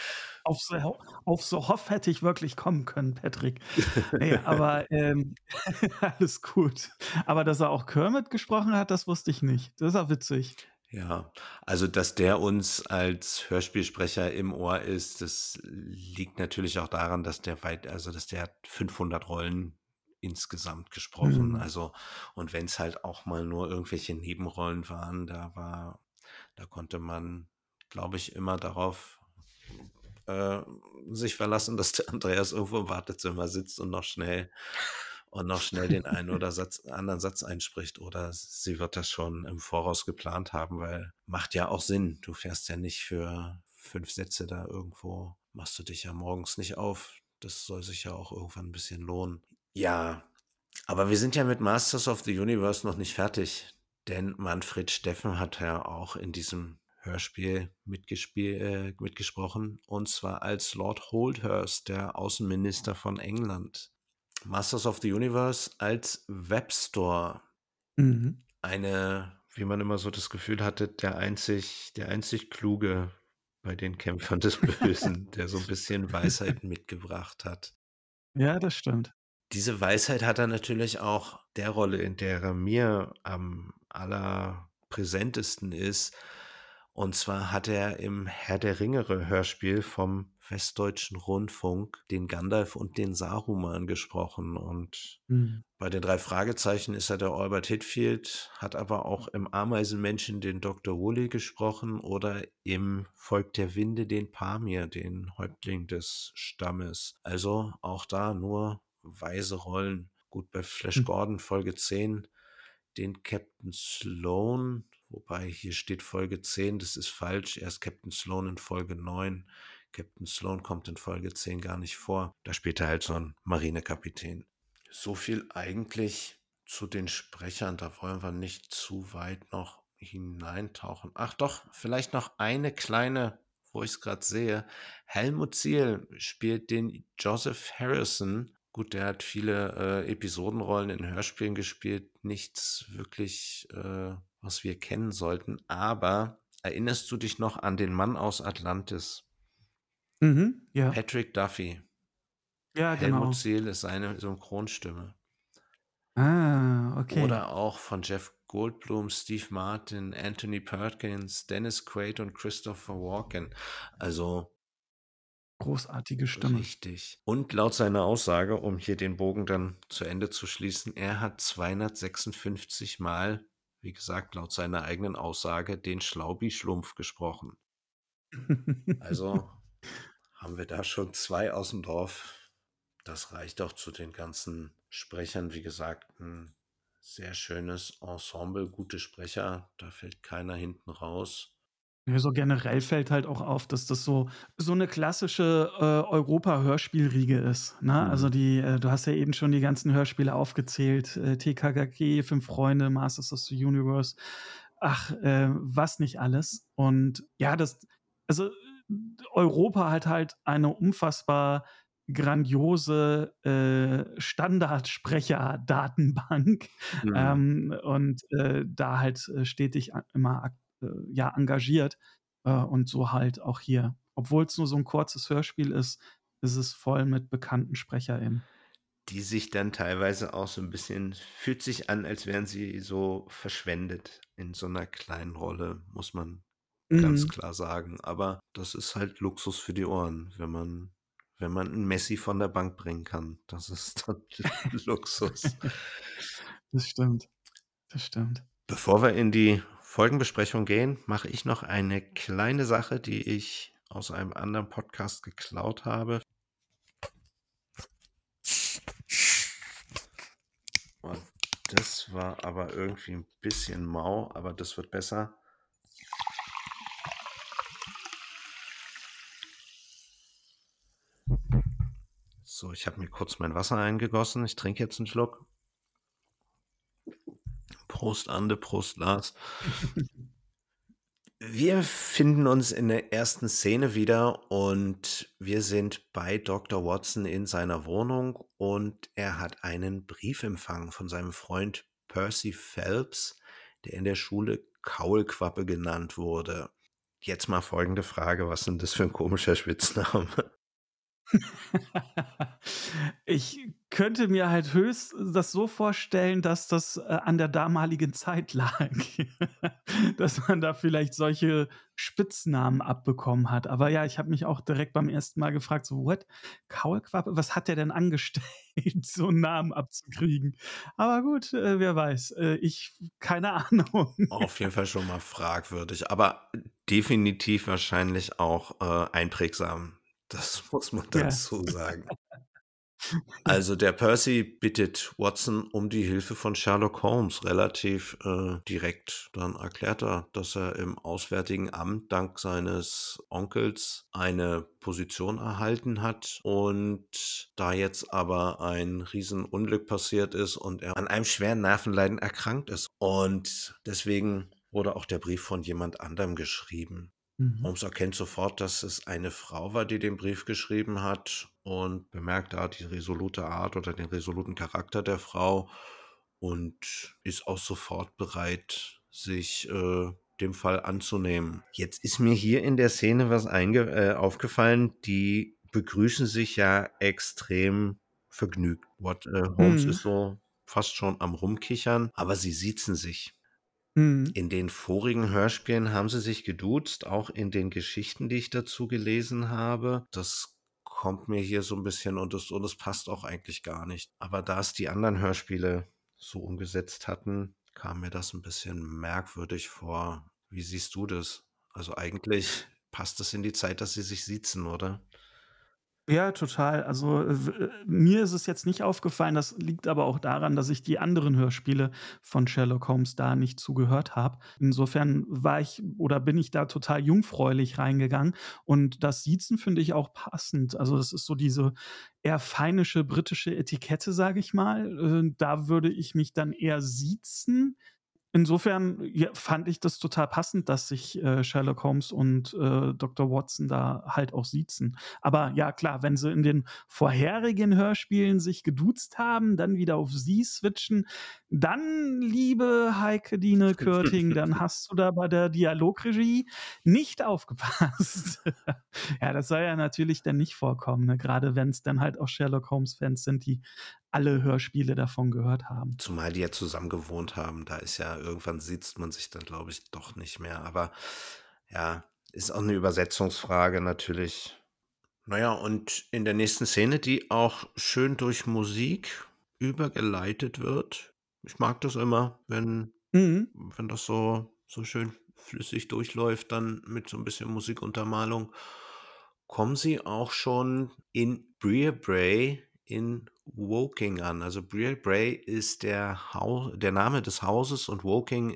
Auf so Hoff hätte ich wirklich kommen können, Patrick. Ne, aber, alles gut. Aber dass er auch Kermit gesprochen hat, das wusste ich nicht. Das ist ja witzig. Ja, also, dass der uns als Hörspielsprecher im Ohr ist, das liegt natürlich auch daran, dass dass der hat 500 Rollen insgesamt gesprochen. Mhm. Also, und wenn's halt auch mal nur irgendwelche Nebenrollen waren, da konnte man, glaube ich, immer darauf, äh, sich verlassen, dass der Andreas irgendwo im Wartezimmer sitzt und noch schnell den einen oder anderen Satz einspricht, oder sie wird das schon im Voraus geplant haben, weil macht ja auch Sinn. Du fährst ja nicht für 5 Sätze da irgendwo, machst du dich ja morgens nicht auf. Das soll sich ja auch irgendwann ein bisschen lohnen. Ja, aber wir sind ja mit Masters of the Universe noch nicht fertig, denn Manfred Steffen hat ja auch in diesem Hörspiel mitgesprochen, und zwar als Lord Holdhurst, der Außenminister von England. Masters of the Universe als Webstore. Mhm. Wie man immer so das Gefühl hatte, der einzig Kluge bei den Kämpfern des Bösen, der so ein bisschen Weisheit mitgebracht hat. Ja, das stimmt. Diese Weisheit hat er natürlich auch der Rolle, in der er mir am allerpräsentesten ist. Und zwar hat er im Herr der Ringe-Hörspiel vom Westdeutschen Rundfunk den Gandalf und den Saruman gesprochen. Und Mhm. bei den 3 Fragezeichen ist er der Albert Hitfield, hat aber auch im Ameisenmenschen den Dr. Woolley gesprochen oder im Volk der Winde den Pamir, den Häuptling des Stammes. Also auch da nur weise Rollen. Gut, bei Flash Hm. Gordon Folge 10 den Captain Sloan, wobei hier steht Folge 10, das ist falsch. Er ist Captain Sloan in Folge 9. Captain Sloan kommt in Folge 10 gar nicht vor. Da spielt er halt so 'n Marinekapitän. So viel eigentlich zu den Sprechern, da wollen wir nicht zu weit noch hineintauchen. Ach doch, vielleicht noch eine kleine, wo ich es gerade sehe. Helmut Zierl spielt den Joseph Harrison. Gut, der hat viele Episodenrollen in Hörspielen gespielt, nichts wirklich, was wir kennen sollten. Aber erinnerst du dich noch an den Mann aus Atlantis? Mhm. Ja. Patrick Duffy. Ja, Helmut genau. Zierl ist seine Synchronstimme. Ah, okay. Oder auch von Jeff Goldblum, Steve Martin, Anthony Perkins, Dennis Quaid und Christopher Walken. Also Großartige Stimme. richtig. Und laut seiner Aussage, um hier den Bogen dann zu Ende zu schließen, er hat 256 Mal, wie gesagt, laut seiner eigenen Aussage, den Schlaubi-Schlumpf gesprochen. Also haben wir da schon 2 aus dem Dorf. Das reicht auch zu den ganzen Sprechern. Wie gesagt, ein sehr schönes Ensemble, gute Sprecher, da fällt keiner hinten raus. Ja, so generell fällt halt auch auf, dass das so 'ne klassische, Europa-Hörspielriege ist, ne? Also, Mhm. du hast ja eben schon die ganzen Hörspiele aufgezählt, TKKG, Fünf Freunde, Masters of the Universe, ach, was nicht alles. Und ja, also, Europa hat halt eine unfassbar grandiose Standardsprecher-Datenbank Mhm. und da halt stetig immer ja, engagiert und so halt auch hier. Obwohl es nur so ein kurzes Hörspiel ist, ist es voll mit bekannten SprecherInnen. Die sich dann teilweise auch so 'n bisschen fühlt sich an, als wären sie so verschwendet in so 'ner kleinen Rolle, muss man ganz Mhm. klar sagen. Aber das ist halt Luxus für die Ohren, wenn man 'n Messi von der Bank bringen kann. Das ist dann Luxus. Das stimmt, das stimmt. Bevor wir in die Folgenbesprechung gehen, mache ich noch eine kleine Sache, die ich aus einem anderen Podcast geklaut habe. Und das war aber irgendwie 'n bisschen mau, aber das wird besser. So, ich habe mir kurz mein Wasser eingegossen. Ich trinke jetzt 'n Schluck. Prost Ande, Prost Lars. Wir finden uns in der ersten Szene wieder und wir sind bei Dr. Watson in seiner Wohnung und er hat einen Brief empfangen von seinem Freund Percy Phelps, der in der Schule Kaulquappe genannt wurde. Jetzt mal folgende Frage: Was ist denn das für 'n komischer Spitzname? Ich könnte mir halt höchst das so vorstellen, dass das an der damaligen Zeit lag, dass man da vielleicht solche Spitznamen abbekommen hat. Aber ja, ich habe mich auch direkt beim ersten Mal gefragt, so: „What? Kaulquappe? Was hat der denn angestellt, so 'n Namen abzukriegen?“ Aber gut, wer weiß. Ich keine Ahnung. Auf jeden Fall schon mal fragwürdig, aber definitiv wahrscheinlich auch, einprägsam. Das muss man Ja, dazu sagen. ja. Also, der Percy bittet Watson um die Hilfe von Sherlock Holmes relativ, direkt. Dann erklärt er, dass er im Auswärtigen Amt dank seines Onkels eine Position erhalten hat und da jetzt aber ein Riesenunglück passiert ist und er an einem schweren Nervenleiden erkrankt ist. Und deswegen wurde auch der Brief von jemand anderem geschrieben. Mhm. Holmes erkennt sofort, dass es eine Frau war, die den Brief geschrieben hat und bemerkt da die resolute Art oder den resoluten Charakter der Frau und ist auch sofort bereit, sich, dem Fall anzunehmen. Jetzt ist mir hier in der Szene was aufgefallen, die begrüßen sich ja extrem vergnügt. Holmes Mhm. ist so fast schon am Rumkichern, aber sie siezen sich. Mhm. In den vorigen Hörspielen haben sie sich geduzt, auch in den Geschichten, die ich dazu gelesen habe. Das kommt mir hier so 'n bisschen und das passt auch eigentlich gar nicht. Aber da es die anderen Hörspiele so umgesetzt hatten, kam mir das 'n bisschen merkwürdig vor. Wie siehst du das? Also, eigentlich passt es in die Zeit, dass sie sich siezen, oder? Ja, total. Also, mir ist es jetzt nicht aufgefallen, das liegt aber auch daran, dass ich die anderen Hörspiele von Sherlock Holmes da nicht zugehört habe. Insofern war ich oder bin ich da total jungfräulich reingegangen und das Siezen finde ich auch passend. Also, das ist so diese eher feinische britische Etikette, sage ich mal. Da würde ich mich dann eher siezen. Insofern, ja, fand ich das total passend, dass sich, Sherlock Holmes und, Dr. Watson da halt auch siezen. Aber ja, klar, wenn sie in den vorherigen Hörspielen sich geduzt haben, dann wieder auf Sie switchen, dann, liebe Heike Dine Körting, dann hast du da bei der Dialogregie nicht aufgepasst. Ja, das soll ja natürlich dann nicht vorkommen, ne? Grade wenn's dann halt auch Sherlock Holmes-Fans sind, die alle Hörspiele davon gehört haben. Zumal die ja zusammen gewohnt haben. Da ist ja irgendwann siezt man sich dann, glaube ich, doch nicht mehr. Aber ja, ist auch 'ne Übersetzungsfrage natürlich. Na ja, und in der nächsten Szene, die auch schön durch Musik übergeleitet wird. Ich mag das immer, Mhm. wenn das so schön flüssig durchläuft, dann mit so 'n bisschen Musikuntermalung. Kommen sie auch schon in Brea Bray in Woking an. Also, Brea Bray ist der Name des Hauses und Woking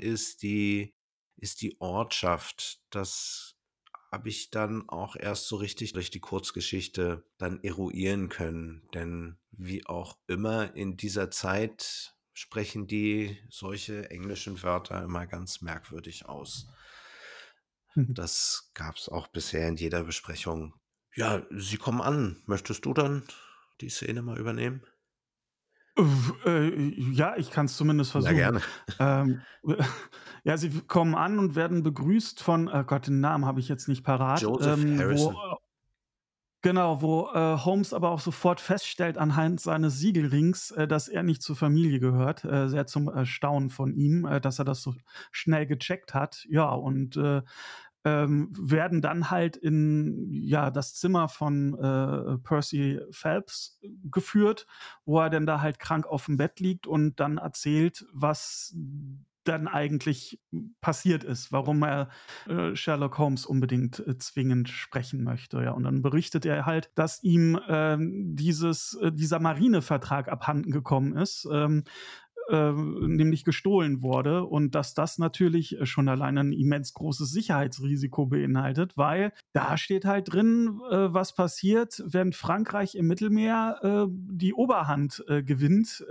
ist die Ortschaft. Das habe ich dann auch erst so richtig durch die Kurzgeschichte dann eruieren können. Denn wie auch immer in dieser Zeit sprechen die solche englischen Wörter immer ganz merkwürdig aus. Mhm. Das gab's auch bisher in jeder Besprechung. Ja, sie kommen an. Möchtest du dann die Szene mal übernehmen? Ja, ich kann's zumindest Ja, versuchen. gerne. Ähm, ja, sie kommen an und werden begrüßt von Gott, den Namen habe ich jetzt nicht parat, Joseph wo Harrison. genau, wo, Holmes aber auch sofort feststellt anhand seines Siegelrings, dass er nicht zur Familie gehört, sehr zum Erstaunen von ihm, dass er das so schnell gecheckt hat. Ja, und, werden dann halt in, ja, das Zimmer von, Percy Phelps geführt, wo er dann da halt krank aufm Bett liegt und dann erzählt, was dann eigentlich passiert ist, warum er Sherlock Holmes unbedingt zwingend sprechen möchte. Ja, und dann berichtet er halt, dass ihm dieser Marinevertrag abhanden gekommen ist, nämlich gestohlen wurde und dass das natürlich schon allein ein immens großes Sicherheitsrisiko beinhaltet, weil da steht halt drin, was passiert, wenn Frankreich im Mittelmeer die Oberhand gewinnt,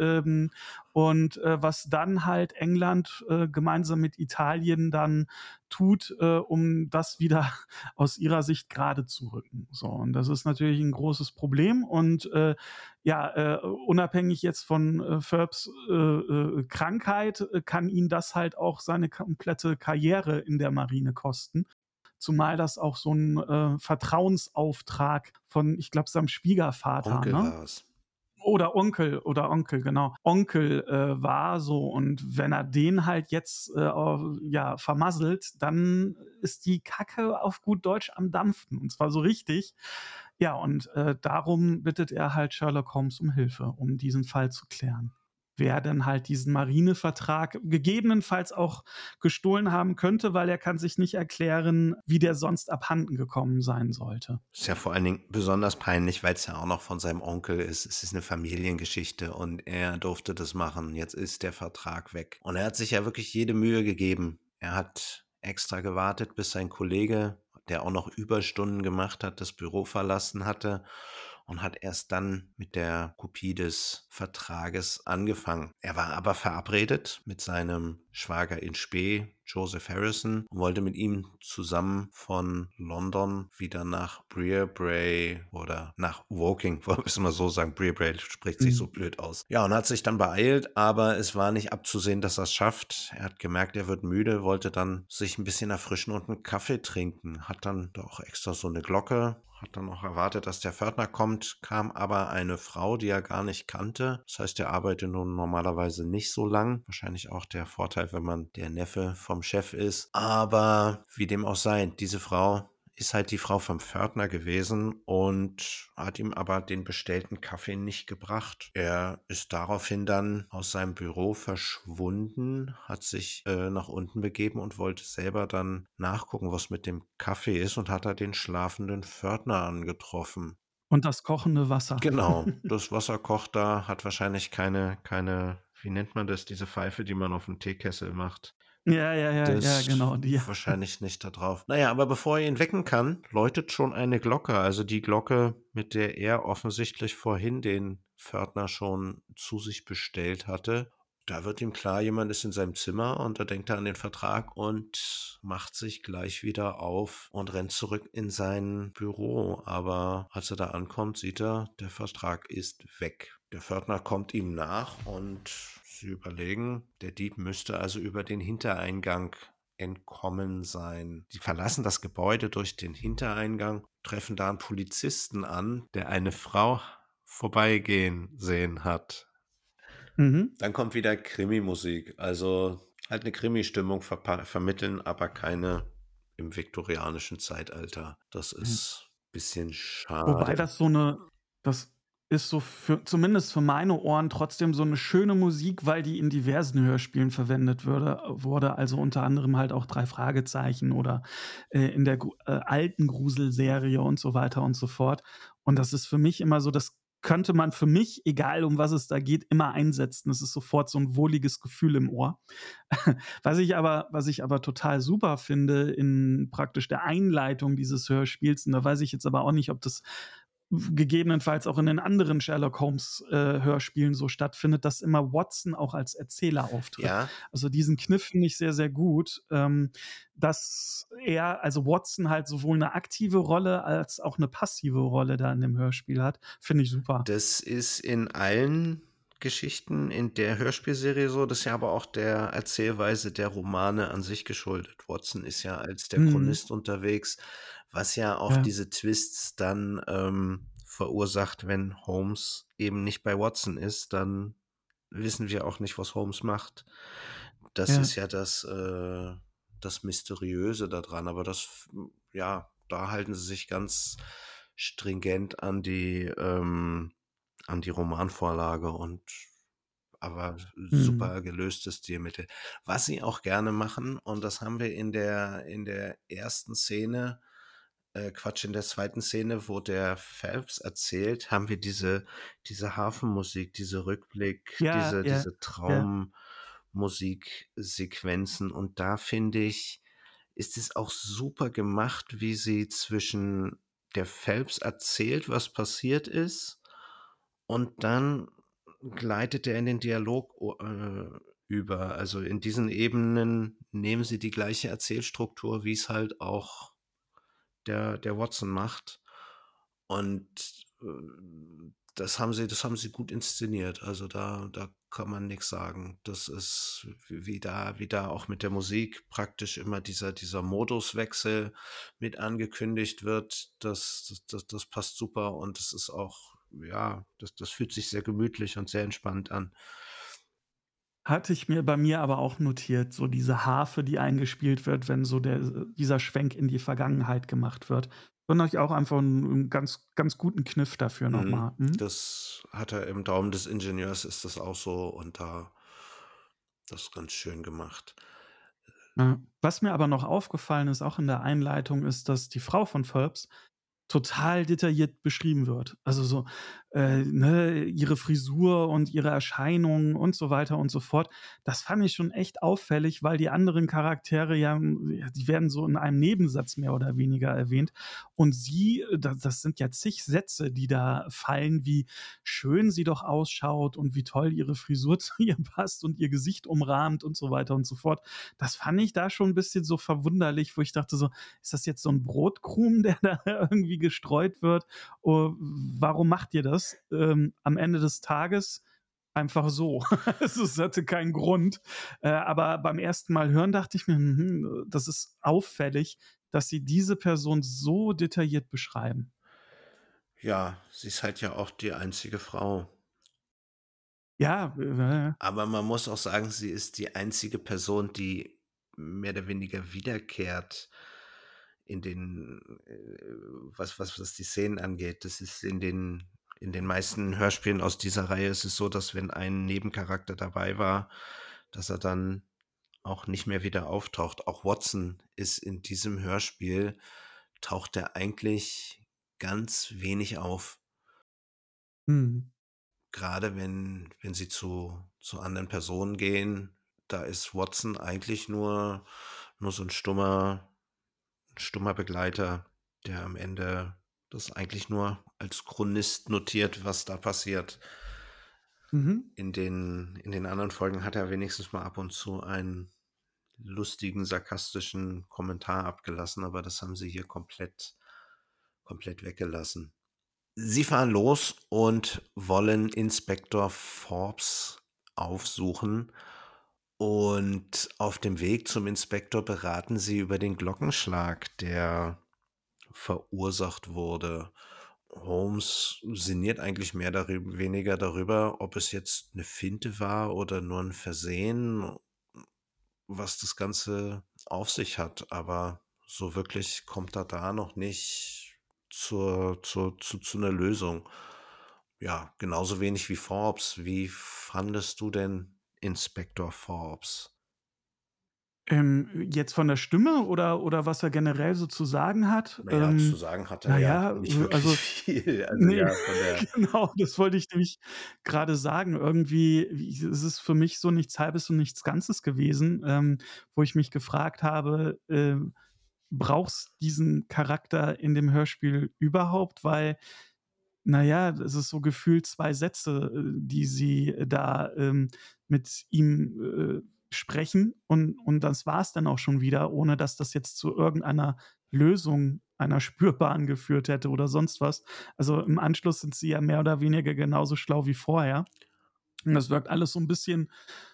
und was dann halt England gemeinsam mit Italien dann tut, um das wieder aus ihrer Sicht gerade zu rücken. So, und das ist natürlich ein großes Problem und ja, unabhängig jetzt von Phelps Krankheit, kann ihn das halt auch seine komplette Karriere in der Marine kosten. Zumal das auch so ein Vertrauensauftrag von, ich glaube, seinem Schwiegervater, Onkel ne? war es. Oder Onkel, genau. Onkel, war so und wenn er den halt jetzt, ja, vermasselt, dann ist die Kacke auf gut Deutsch am Dampfen und zwar so richtig. Ja, und, darum bittet er halt Sherlock Holmes um Hilfe, um diesen Fall zu klären. Wer denn halt diesen Marinevertrag gegebenenfalls auch gestohlen haben könnte, weil er kann sich nicht erklären, wie der sonst abhanden gekommen sein sollte. Ist ja vor allen Dingen besonders peinlich, weil es ja auch noch von seinem Onkel ist. Es ist eine Familiengeschichte und er durfte das machen. Jetzt ist der Vertrag weg. Und er hat sich ja wirklich jede Mühe gegeben. Er hat extra gewartet, bis sein Kollege, der auch noch Überstunden gemacht hat, das Büro verlassen hatte und hat erst dann mit der Kopie des Vertrages angefangen. Er war aber verabredet mit seinem Schwager in Spee, Joseph Harrison, und wollte mit ihm zusammen von London wieder nach Brearbray oder nach Woking, müssen wir so sagen. Brearbray spricht sich so Mhm. blöd aus. Ja, und hat sich dann beeilt, aber es war nicht abzusehen, dass er es schafft. Er hat gemerkt, er wird müde, wollte dann sich ein bisschen erfrischen und einen Kaffee trinken. Hat dann da auch extra so eine Glocke, hat dann auch erwartet, dass der Pförtner kommt, kam aber eine Frau, die er gar nicht kannte. Das heißt, er arbeitet nun normalerweise nicht so lang. Wahrscheinlich auch der Vorteil, wenn man der Neffe vom Chef ist. Aber wie dem auch sei, diese Frau ist halt die Frau vom Pförtner gewesen und hat ihm aber den bestellten Kaffee nicht gebracht. Er ist daraufhin dann aus seinem Büro verschwunden, hat sich nach unten begeben und wollte selber dann nachgucken, was mit dem Kaffee ist und hat da den schlafenden Pförtner angetroffen. Und das kochende Wasser. Genau, das Wasser kocht da, hat wahrscheinlich keine, wie nennt man das, diese Pfeife, die man auf 'n Teekessel macht. Ja, ja, ja, ja, Das genau, die wahrscheinlich nicht da drauf. Na ja, aber bevor er ihn wecken kann, läutet schon eine Glocke, also die Glocke, mit der er offensichtlich vorhin den Pförtner schon zu sich bestellt hatte. Da wird ihm klar, jemand ist in seinem Zimmer und da denkt er an den Vertrag und macht sich gleich wieder auf und rennt zurück in sein Büro. Aber als er da ankommt, sieht er, der Vertrag ist weg. Der Pförtner kommt ihm nach und sie überlegen, der Dieb müsste also über den Hintereingang entkommen sein. Sie verlassen das Gebäude durch den Hintereingang, treffen da einen Polizisten an, der eine Frau vorbeigehen sehen hat. mhm. Dann kommt wieder Krimi-Musik, also halt eine Krimi-Stimmung vermitteln, aber keine im viktorianischen Zeitalter. Das Ja. ist ein bisschen Wobei schade. das ist so für zumindest für meine Ohren trotzdem so 'ne schöne Musik, weil die in diversen Hörspielen verwendet wurde, also unter anderem halt auch 3 Fragezeichen oder, in der alten Gruselserie und so weiter und so fort. Und das ist für mich immer so, das könnte man für mich, egal um was es da geht, immer einsetzen. Das ist sofort so 'n wohliges Gefühl im Ohr. Was ich aber total super finde in praktisch der Einleitung dieses Hörspiels, und da weiß ich jetzt aber auch nicht, ob das gegebenenfalls auch in den anderen Sherlock Holmes Hörspielen so stattfindet, dass immer Watson auch als Erzähler auftritt. Ja, Also diesen Kniff finde ich sehr, sehr gut, dass er, also Watson halt sowohl eine aktive Rolle als auch eine passive Rolle da in dem Hörspiel hat. Finde ich super. das ist in allen Geschichten in der Hörspielserie so. Das ist ja aber auch der Erzählweise der Romane an sich geschuldet. Watson ist ja als der Mhm. Chronist unterwegs, was ja auch Ja, diese Twists dann, verursacht, wenn Holmes eben nicht bei Watson ist, dann wissen wir auch nicht, was Holmes macht. Das ja. ist ja das Mysteriöse da dran, aber ja, da halten sie sich ganz stringent an die Romanvorlage und aber Mhm. super gelöstes Stilmittel. Was sie auch gerne machen, und das haben wir in der ersten Szene Quatsch, in der zweiten Szene, wo der Phelps erzählt, haben wir diese Hafenmusik, diese Rückblick, Ja, ja, diese ja. Traummusiksequenzen. Und da finde ich, ist es auch super gemacht, wie sie zwischen der Phelps erzählt, was passiert ist, und dann gleitet er in den Dialog über. Also, in diesen Ebenen nehmen sie die gleiche Erzählstruktur, wie es halt auch der Watson macht. Und, das haben sie gut inszeniert. Also, da kann man nix sagen. Das ist wie da auch mit der Musik praktisch immer dieser Moduswechsel mit angekündigt wird. Das passt super, und das ist auch, ja, das fühlt sich sehr gemütlich und sehr entspannt an. Hatte ich mir bei mir aber auch notiert, so diese Harfe, die eingespielt wird, wenn so dieser Schwenk in die Vergangenheit gemacht wird. Fand ich auch einfach 'n ganz guten Kniff dafür noch Mhm. mal. Mhm. Das hat er im Daumen des Ingenieurs, ist das auch so, und das ist ganz schön gemacht. Ja. Was mir aber noch aufgefallen ist, auch in der Einleitung, ist, dass die Frau von Phelps total detailliert beschrieben wird. Also so, ne, ihre Frisur und ihre Erscheinung und so weiter und so fort. Das fand ich schon echt auffällig, weil die anderen Charaktere ja, die werden so in einem Nebensatz mehr oder weniger erwähnt. Und sie, das sind ja zig Sätze, die da fallen, wie schön sie doch ausschaut und wie toll ihre Frisur zu ihr passt und ihr Gesicht umrahmt und so weiter und so fort. Das fand ich da schon ein bisschen so verwunderlich, wo ich dachte so: „Ist das jetzt so ein Brotkrumen, der da irgendwie gestreut wird? Warum macht ihr das?“ Am Ende des Tages einfach so. Es hatte keinen Grund. Aber beim ersten Mal hören dachte ich mir: „Mhm, das ist auffällig, dass sie diese Person so detailliert beschreiben.“ Ja, sie ist halt ja auch die einzige Frau. Ja, Aber man muss auch sagen, sie ist die einzige Person, die mehr oder weniger wiederkehrt in den, was die Szenen angeht. Das ist in den meisten Hörspielen aus dieser Reihe ist es so, dass wenn ein Nebencharakter dabei war, dass er dann auch nicht mehr wieder auftaucht. Auch Watson ist in diesem Hörspiel taucht er eigentlich ganz wenig auf. mhm. Gerade wenn sie zu anderen Personen gehen, da ist Watson eigentlich nur so 'n stummer Begleiter, der am Ende das eigentlich nur als Chronist notiert, was da passiert. Mhm. In den anderen Folgen hat er wenigstens mal ab und zu einen lustigen, sarkastischen Kommentar abgelassen, aber das haben sie hier komplett weggelassen. Sie fahren los und wollen Inspektor Forbes aufsuchen, und auf dem Weg zum Inspektor beraten sie über den Glockenschlag, der verursacht wurde. Holmes sinniert eigentlich weniger darüber, ob es jetzt eine Finte war oder nur ein Versehen, was das Ganze auf sich hat, aber so wirklich kommt er da noch nicht zu 'ner Lösung. Ja, genauso wenig wie Forbes. Wie fandest du denn Inspektor Forbes? Jetzt von der Stimme oder was er generell so zu sagen hat? Na ja, zu sagen hat er Na ja ja, nicht wirklich also viel. Also, ne, ja, von der genau, das wollte ich nämlich grade sagen. Irgendwie ist es für mich so nichts Halbes und nichts Ganzes gewesen, wo ich mich gefragt habe, braucht's diesen Charakter in dem Hörspiel überhaupt? Weil Na ja, es ist so gefühlt 2 Sätze, die sie da, mit ihm, sprechen und das war's dann auch schon wieder, ohne dass das jetzt zu irgendeiner Lösung, einer spürbaren geführt hätte oder sonst was. Also, im Anschluss sind sie ja mehr oder weniger genauso schlau wie vorher. Und das wirkt alles so 'n bisschen,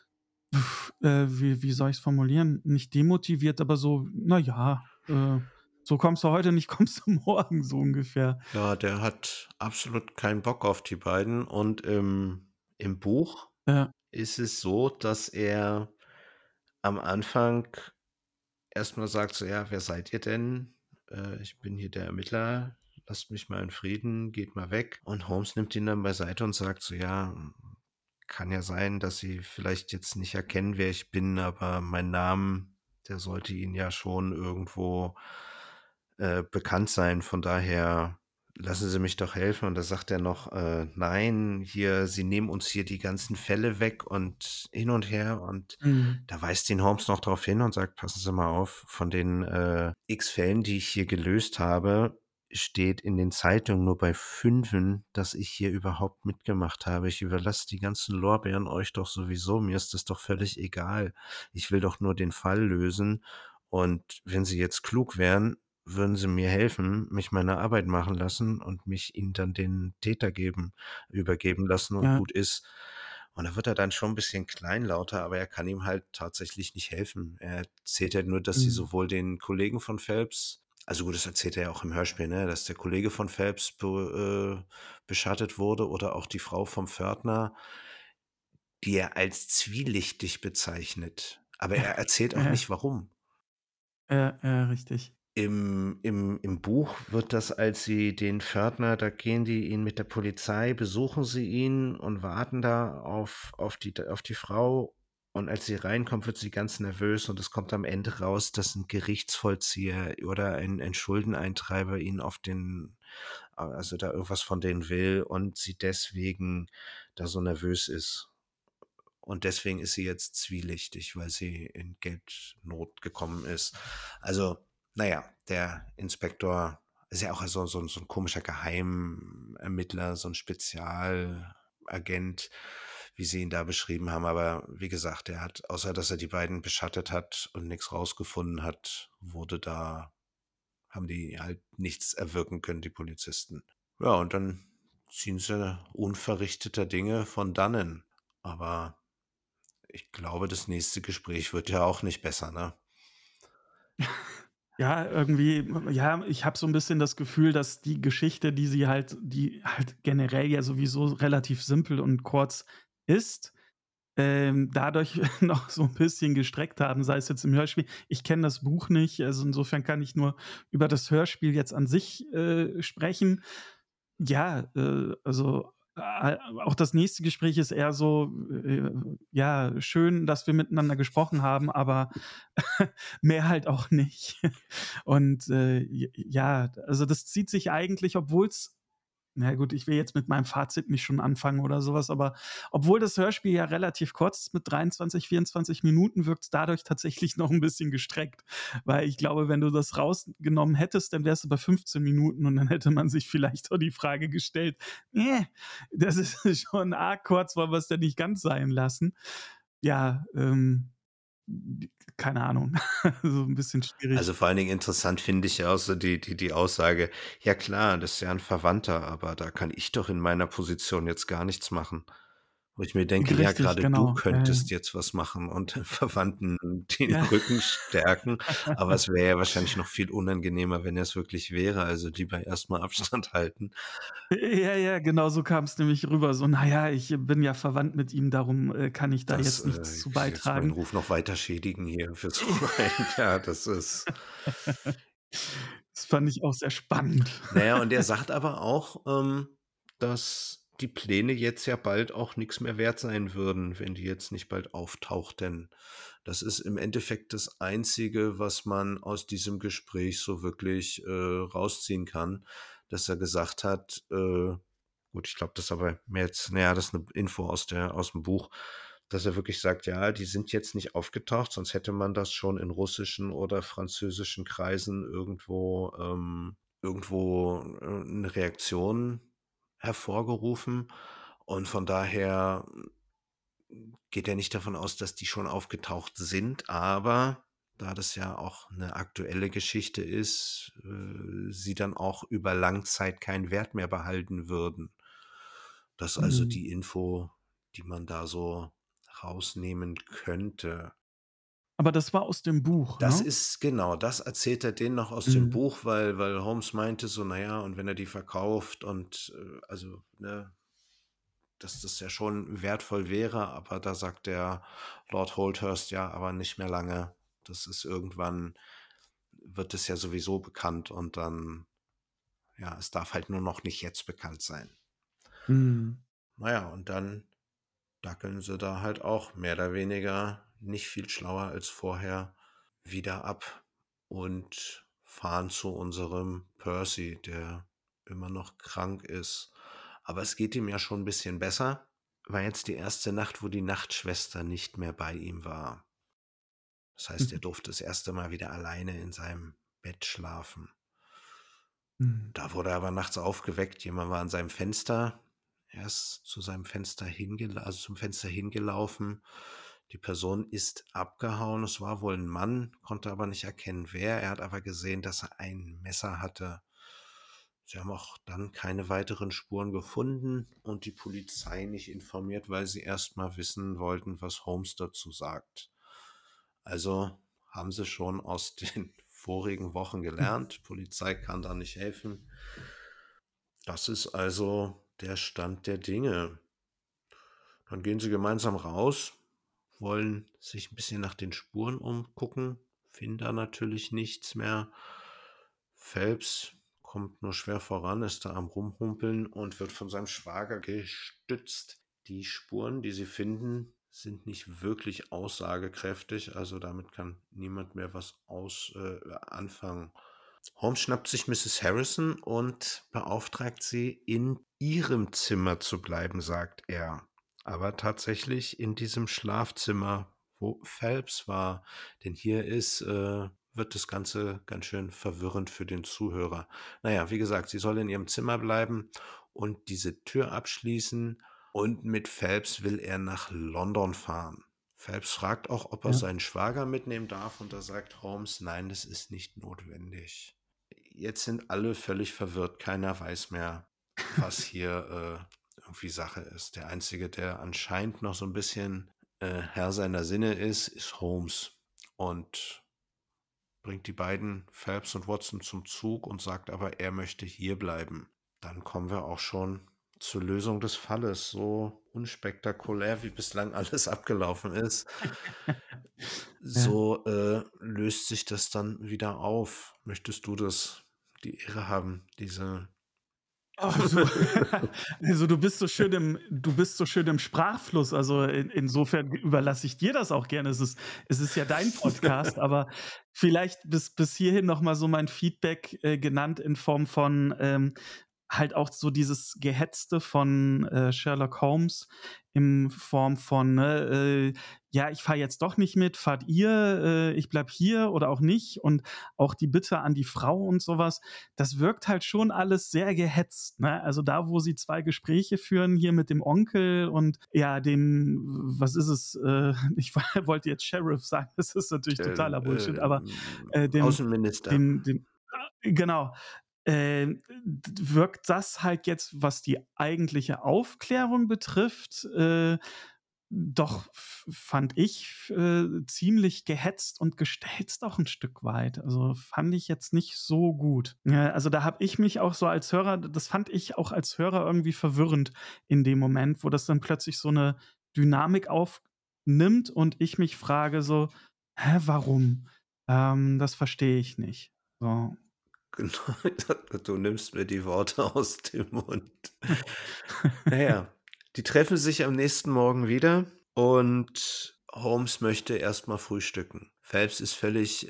wie soll ich's formulieren? Nicht demotiviert, aber so: „Na ja, so kommst du heute nicht, kommst du morgen“, so ungefähr. Ja, der hat absolut keinen Bock auf die beiden und im Buch Ja, ist es so, dass er am Anfang erst mal sagt so: „Ja, wer seid ihr denn? Ich bin hier der Ermittler. Lasst mich mal in Frieden, geht mal weg.“ Und Holmes nimmt ihn dann beiseite und sagt so: „Ja, kann ja sein, dass Sie vielleicht jetzt nicht erkennen, wer ich bin, aber mein Name, der sollte Ihnen ja schon irgendwo, bekannt sein. Von daher lassen Sie mich doch helfen.“ Und da sagt er noch: „Nein, hier, Sie nehmen uns hier die ganzen Fälle weg“ und hin und her. Und mhm. da weist ihn Holmes noch darauf hin und sagt: „Passen Sie mal auf, von den, X Fällen, die ich hier gelöst habe, steht in den Zeitungen nur bei 5, dass ich hier überhaupt mitgemacht habe. Ich überlasse die ganzen Lorbeeren euch doch sowieso. Mir ist das doch völlig egal. Ich will doch nur den Fall lösen. Und wenn Sie jetzt klug wären, würden Sie mir helfen, mich meine Arbeit machen lassen und mich Ihnen dann den Täter übergeben lassen und Ja, gut ist.“ Und da wird er dann schon 'n bisschen kleinlauter, aber er kann ihm halt tatsächlich nicht helfen. Er erzählt halt nur, dass sie mhm. sowohl den Kollegen von Phelps, also gut, das erzählt er ja auch im Hörspiel, ne, dass der Kollege von Phelps beschattet wurde oder auch die Frau vom Pförtner, die er als zwielichtig bezeichnet. Aber er erzählt auch Ja, nicht, warum. ja, ja, richtig. Im Buch wird das, als sie den Pförtner, da gehen die ihn mit der Polizei, besuchen sie ihn und warten da auf die Frau. Und als sie reinkommt, wird sie ganz nervös und es kommt am Ende raus, dass 'n Gerichtsvollzieher oder ein Schuldeneintreiber ihn auf den, also da irgendwas von denen will und sie deswegen da so nervös ist. Und deswegen ist sie jetzt zwielichtig, weil sie in Geldnot gekommen ist. Also, na ja, der Inspektor ist ja auch so 'n komischer Geheimermittler, so 'n Spezialagent, wie sie ihn da beschrieben haben. Aber wie gesagt, er hat, außer dass er die beiden beschattet hat und nix rausgefunden hat, haben die halt nichts erwirken können, die Polizisten. Ja, und dann ziehen sie unverrichteter Dinge von dannen. Aber ich glaube, das nächste Gespräch wird ja auch nicht besser, ne? Ja, irgendwie ja, ich habe so 'n bisschen das Gefühl, dass die Geschichte, die halt generell ja sowieso relativ simpel und kurz ist, dadurch noch so 'n bisschen gestreckt haben, sei es jetzt im Hörspiel. Ich kenne das Buch nicht, also insofern kann ich nur über das Hörspiel jetzt an sich, sprechen. Ja, also, auch das nächste Gespräch ist eher so, ja, schön, dass wir miteinander gesprochen haben, aber mehr halt auch nicht. Und, ja, also das zieht sich eigentlich, obwohl's na gut, ich will jetzt mit meinem Fazit nicht schon anfangen oder sowas, aber obwohl das Hörspiel ja relativ kurz ist mit 23, 24 Minuten, wirkt's dadurch tatsächlich noch ein bisschen gestreckt. Weil ich glaube, wenn du das rausgenommen hättest, dann wärst du bei 15 Minuten und dann hätte man sich vielleicht auch die Frage gestellt: das ist schon arg kurz, wollen wir's denn nicht ganz sein lassen?“ Ja, keine Ahnung. So ein bisschen schwierig. Also, vor allen Dingen interessant finde ich ja auch so die Aussage: „Ja klar, das ist ja 'n Verwandter, aber da kann ich doch in meiner Position jetzt gar nichts machen.“ Wo ich mir denke: „Ja, Richtig, grade du genau. Ja, ja. könntest jetzt was machen und den Verwandten den Ja. Rücken stärken.“ Aber es wäre ja wahrscheinlich noch viel unangenehmer, wenn er's wirklich wäre. Also, lieber erst mal Abstand halten. Ja, ja, genau so kam's nämlich rüber. So: „Na ja, ich bin ja verwandt mit ihm, darum, kann ich da Das, jetzt nichts zu jetzt meinen beitragen.“ Ruf noch weiter schädigen hier fürs Freund. Ja, das ist. Das fand ich auch sehr spannend. Na ja, und er sagt aber auch, dass die Pläne jetzt ja bald auch nix mehr wert sein würden, wenn die jetzt nicht bald auftauchten. Das ist im Endeffekt das Einzige, was man aus diesem Gespräch so wirklich, rausziehen kann, dass er gesagt hat, gut, ich glaube, das ist aber mehr jetzt, na ja, das ist 'ne Info aus'm Buch, dass er wirklich sagt: „Ja, die sind jetzt nicht aufgetaucht, sonst hätte man das schon in russischen oder französischen Kreisen irgendwo, 'ne Reaktion hervorgerufen und von daher geht er nicht davon aus, dass die schon aufgetaucht sind, aber da das ja auch eine aktuelle Geschichte ist, sie dann auch über Langzeit keinen Wert mehr behalten würden. Das ist also Mhm. die Info, die man da so rausnehmen könnte. Aber das war aus dem Buch, Das ne? ist genau, das erzählt er denen noch aus dem Mhm. Buch, weil Holmes meinte so: „Na ja, und wenn er die verkauft und, also, ne, dass das ja schon wertvoll wäre“, aber da sagt der Lord Holdhurst: „Ja, aber nicht mehr lange. Das ist irgendwann wird es ja sowieso bekannt und dann ja, es darf halt nur noch nicht jetzt bekannt sein.“ Mhm. Na ja, und dann dackeln sie da halt auch mehr oder weniger nicht viel schlauer als vorher wieder ab und fahren zu unserem Percy, der immer noch krank ist. Aber es geht ihm ja schon ein bisschen besser. War jetzt die erste Nacht, wo die Nachtschwester nicht mehr bei ihm war. Das heißt, er Mhm. durfte das erste Mal wieder alleine in seinem Bett schlafen. Mhm. Da wurde er aber nachts aufgeweckt. Jemand war an seinem Fenster. Er ist zu seinem Fenster zum Fenster hingelaufen. Die Person ist abgehauen. Es war wohl ein Mann, konnte aber nicht erkennen, wer. Er hat aber gesehen, dass er ein Messer hatte. Sie haben auch dann keine weiteren Spuren gefunden und die Polizei nicht informiert, weil sie erst mal wissen wollten, was Holmes dazu sagt. Also haben sie schon aus den vorigen Wochen Mhm. gelernt. Polizei kann da nicht helfen. Das ist also der Stand der Dinge. Dann gehen sie gemeinsam raus, wollen sich ein bisschen nach den Spuren umgucken, finden da natürlich nichts mehr. Phelps kommt nur schwer voran, ist da am Rumhumpeln und wird von seinem Schwager gestützt. Die Spuren, die sie finden, sind nicht wirklich aussagekräftig, also damit kann niemand mehr was anfangen. Holmes schnappt sich Mrs. Harrison und beauftragt sie, in ihrem Zimmer zu bleiben, sagt er. Aber tatsächlich in diesem Schlafzimmer, wo Phelps war. Denn hier wird das Ganze ganz schön verwirrend für den Zuhörer. Naja, wie gesagt, sie soll in ihrem Zimmer bleiben und diese Tür abschließen. Und mit Phelps will er nach London fahren. Phelps fragt auch, ob er Ja. seinen Schwager mitnehmen darf, und da sagt Holmes, nein, das ist nicht notwendig. Jetzt sind alle völlig verwirrt. Keiner weiß mehr, was hier irgendwie Sache ist. Der Einzige, der anscheinend noch so ein bisschen Herr seiner Sinne ist Holmes und bringt die beiden, Phelps und Watson, zum Zug und sagt aber, er möchte hier bleiben. Dann kommen wir auch schon zur Lösung des Falles. So unspektakulär, wie bislang alles abgelaufen ist, Ja. so löst sich das dann wieder auf. Möchtest du die Ehre haben, diese Ach so. Also, du bist so schön im Sprachfluss. Also, insofern überlasse ich dir das auch gerne. Es ist ja dein Podcast, aber vielleicht bis hierhin noch mal so mein Feedback, genannt in Form von, halt auch so dieses Gehetzte von, Sherlock Holmes in Form von, ne, „Ja, ich fahre jetzt doch nicht mit, fahrt ihr? Ich bleib hier oder auch nicht.“ Und auch die Bitte an die Frau und sowas. Das wirkt halt schon alles sehr gehetzt, ne? Also, da, wo sie 2 Gespräche führen, hier mit dem Onkel und, ja, dem was ist es? Ich wollte jetzt Sheriff sagen, das ist natürlich totaler Bullshit, aber, dem Außenminister. dem genau. Wirkt das halt jetzt, was die eigentliche Aufklärung betrifft, doch fand ich, ziemlich gehetzt und gestelzt auch ein Stück weit. Also, fand ich jetzt nicht so gut. Also, da habe ich mich auch so als Hörer das fand ich auch als Hörer irgendwie verwirrend in dem Moment, wo das dann plötzlich so eine Dynamik aufnimmt und ich mich frage so: „Hä, warum?“ Das verstehe ich nicht. So. Genau, du nimmst mir die Worte aus dem Mund. Na ja, die treffen sich am nächsten Morgen wieder und Holmes möchte erst mal frühstücken. Phelps ist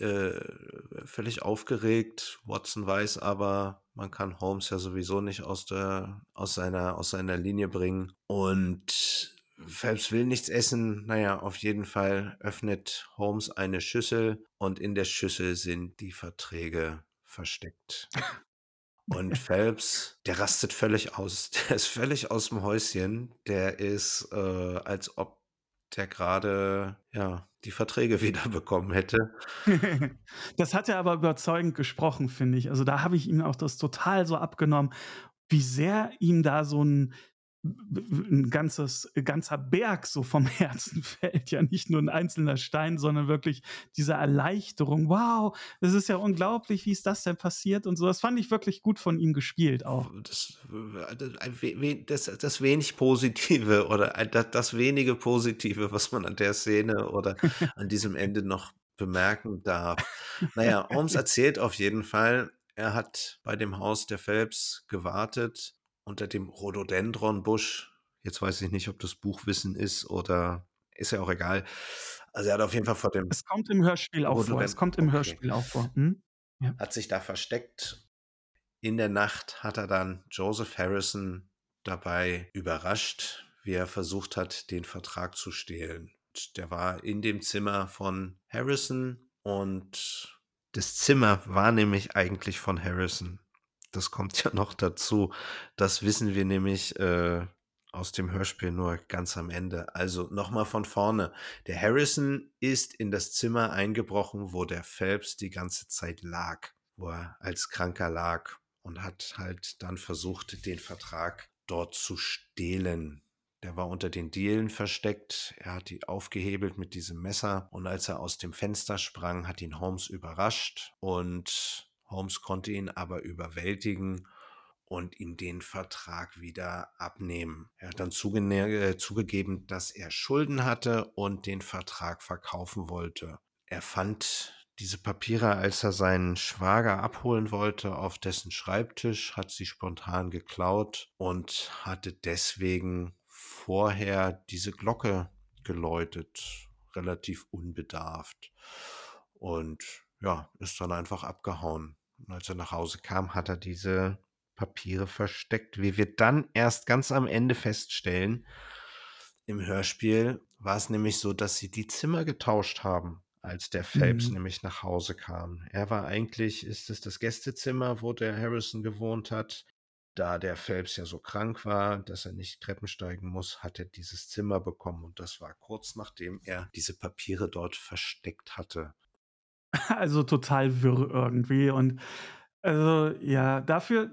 völlig aufgeregt. Watson weiß aber, man kann Holmes ja sowieso nicht aus seiner Linie bringen. Und Phelps will nichts essen. Na ja, auf jeden Fall öffnet Holmes eine Schüssel und in der Schüssel sind die Verträge versteckt. Und Phelps, der rastet völlig aus. Der ist völlig aus dem Häuschen. Der ist, als ob der gerade ja, die Verträge wiederbekommen hätte. Das hat er aber überzeugend gesprochen, finde ich. Also, da habe ich ihm auch das total so abgenommen, wie sehr ihm da so 'n ganzer Berg so vom Herzen fällt, ja nicht nur 'n einzelner Stein, sondern wirklich diese Erleichterung: „Wow, das ist ja unglaublich, wie ist das denn passiert?“ und so. Das fand ich wirklich gut von ihm gespielt auch. Das wenig Positive oder das wenige Positive, was man an der Szene oder an diesem Ende noch bemerken darf. Na ja, Holmes erzählt auf jeden Fall, er hat bei dem Haus der Phelps gewartet unter dem Rhododendronbusch. Jetzt weiß ich nicht, ob das Buchwissen ist oder ist ja auch egal. Also, er hat auf jeden Fall vor dem Es kommt im Hörspiel auch vor. Es kommt im Okay. Hörspiel auch vor. Mhm. Ja. Hat sich da versteckt. In der Nacht hat er dann Joseph Harrison dabei überrascht, wie er versucht hat, den Vertrag zu stehlen. Der war in dem Zimmer von Harrison und das Zimmer war nämlich eigentlich von Harrison. Das kommt ja noch dazu. Das wissen wir nämlich, aus dem Hörspiel nur ganz am Ende. Also, noch mal von vorne. Der Harrison ist in das Zimmer eingebrochen, wo der Phelps die ganze Zeit lag, wo er als Kranker lag und hat halt dann versucht, den Vertrag dort zu stehlen. Der war unter den Dielen versteckt. Er hat die aufgehebelt mit diesem Messer und als er aus dem Fenster sprang, hat ihn Holmes überrascht und Holmes konnte ihn aber überwältigen und ihm den Vertrag wieder abnehmen. Er hat dann zugegeben, dass er Schulden hatte und den Vertrag verkaufen wollte. Er fand diese Papiere, als er seinen Schwager abholen wollte, auf dessen Schreibtisch, hat sie spontan geklaut und hatte deswegen vorher diese Glocke geläutet, relativ unbedarft. Und ja, ist dann einfach abgehauen. Und als er nach Hause kam, hat er diese Papiere versteckt. Wie wir dann erst ganz am Ende feststellen, im Hörspiel war es nämlich so, dass sie die Zimmer getauscht haben, als der Phelps Mhm. nämlich nach Hause kam. Er war eigentlich ist es das Gästezimmer, wo der Harrison gewohnt hat. Da der Phelps ja so krank war, dass er nicht Treppen steigen muss, hat er dieses Zimmer bekommen und das war kurz nachdem er diese Papiere dort versteckt hatte. Also, total wirr irgendwie und also, ja, dafür,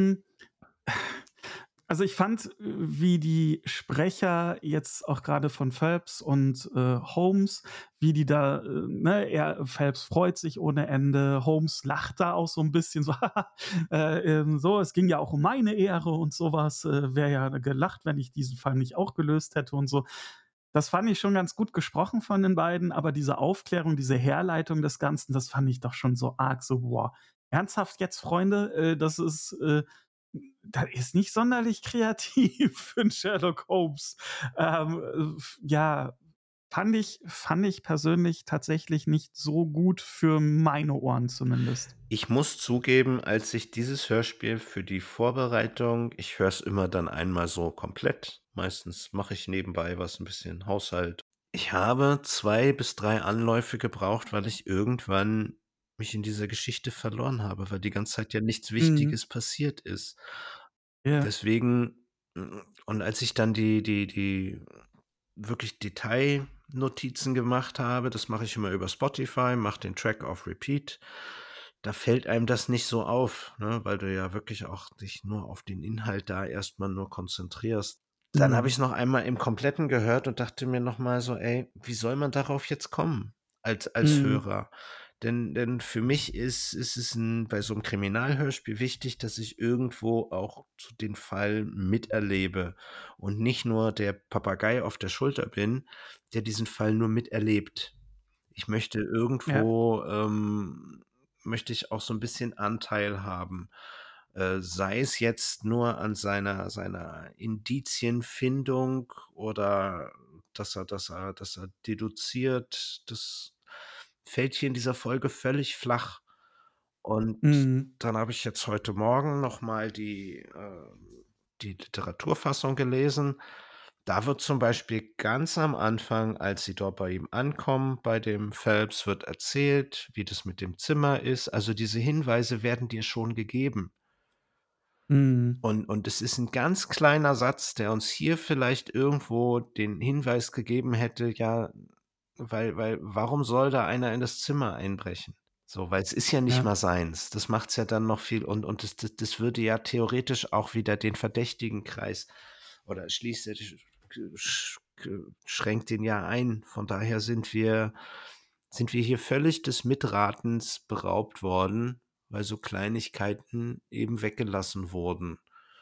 also, ich fand, wie die Sprecher jetzt auch gerade von Phelps und, Holmes, wie die da, ne, Phelps freut sich ohne Ende, Holmes lacht da auch so ein bisschen so, so: „Es ging ja auch um meine Ehre und sowas, wäre ja gelacht, wenn ich diesen Fall nicht auch gelöst hätte“ und so. Das fand ich schon ganz gut gesprochen von den beiden, aber diese Aufklärung, diese Herleitung des Ganzen, das fand ich doch schon so arg so: „Boah, ernsthaft jetzt, Freunde? Das ist nicht sonderlich kreativ für 'n Sherlock Holmes.“ ja, fand ich persönlich tatsächlich nicht so gut für meine Ohren zumindest. Ich muss zugeben, als ich dieses Hörspiel für die Vorbereitung ich höre es immer dann einmal so komplett. Meistens mache ich nebenbei was, ein bisschen Haushalt. Ich habe 2 bis 3 Anläufe gebraucht, weil ich irgendwann mich in dieser Geschichte verloren habe, weil die ganze Zeit ja nichts Mhm. Wichtiges passiert ist. Ja. Deswegen und als ich dann die wirklich Detailnotizen gemacht habe, das mache ich immer über Spotify, mache den Track auf Repeat, da fällt einem das nicht so auf, ne, weil du ja wirklich auch dich nur auf den Inhalt da erst mal nur konzentrierst. Dann habe Mhm. ich's noch einmal im Kompletten gehört und dachte mir noch mal so: „Ey, wie soll man darauf jetzt kommen als Mhm. Hörer?“ Denn für mich ist es 'n bei so 'nem Kriminalhörspiel wichtig, dass ich irgendwo auch so den Fall miterlebe und nicht nur der Papagei auf der Schulter bin, der diesen Fall nur miterlebt. Ich möchte Ja. irgendwo möchte ich auch so 'n bisschen Anteil haben, sei es jetzt nur an seiner Indizienfindung oder dass er deduziert. Das fällt hier in dieser Folge völlig flach. Und Mhm. dann habe ich jetzt heute Morgen noch mal die Literaturfassung gelesen. Da wird zum Beispiel ganz am Anfang, als sie dort bei ihm ankommen, bei dem Phelps, wird erzählt, wie das mit dem Zimmer ist. Also, diese Hinweise werden dir schon gegeben. Mhm. Und es ist ein ganz kleiner Satz, der uns hier vielleicht irgendwo den Hinweis gegeben hätte, ja, weil warum soll da einer in das Zimmer einbrechen? So, weil es ist ja nicht Ja. mal seins. Das macht's ja dann noch viel und das würde ja theoretisch auch wieder den Verdächtigenkreis oder schließt schränkt den ja ein. Von daher sind wir hier völlig des Mitratens beraubt worden, weil so Kleinigkeiten eben weggelassen wurden.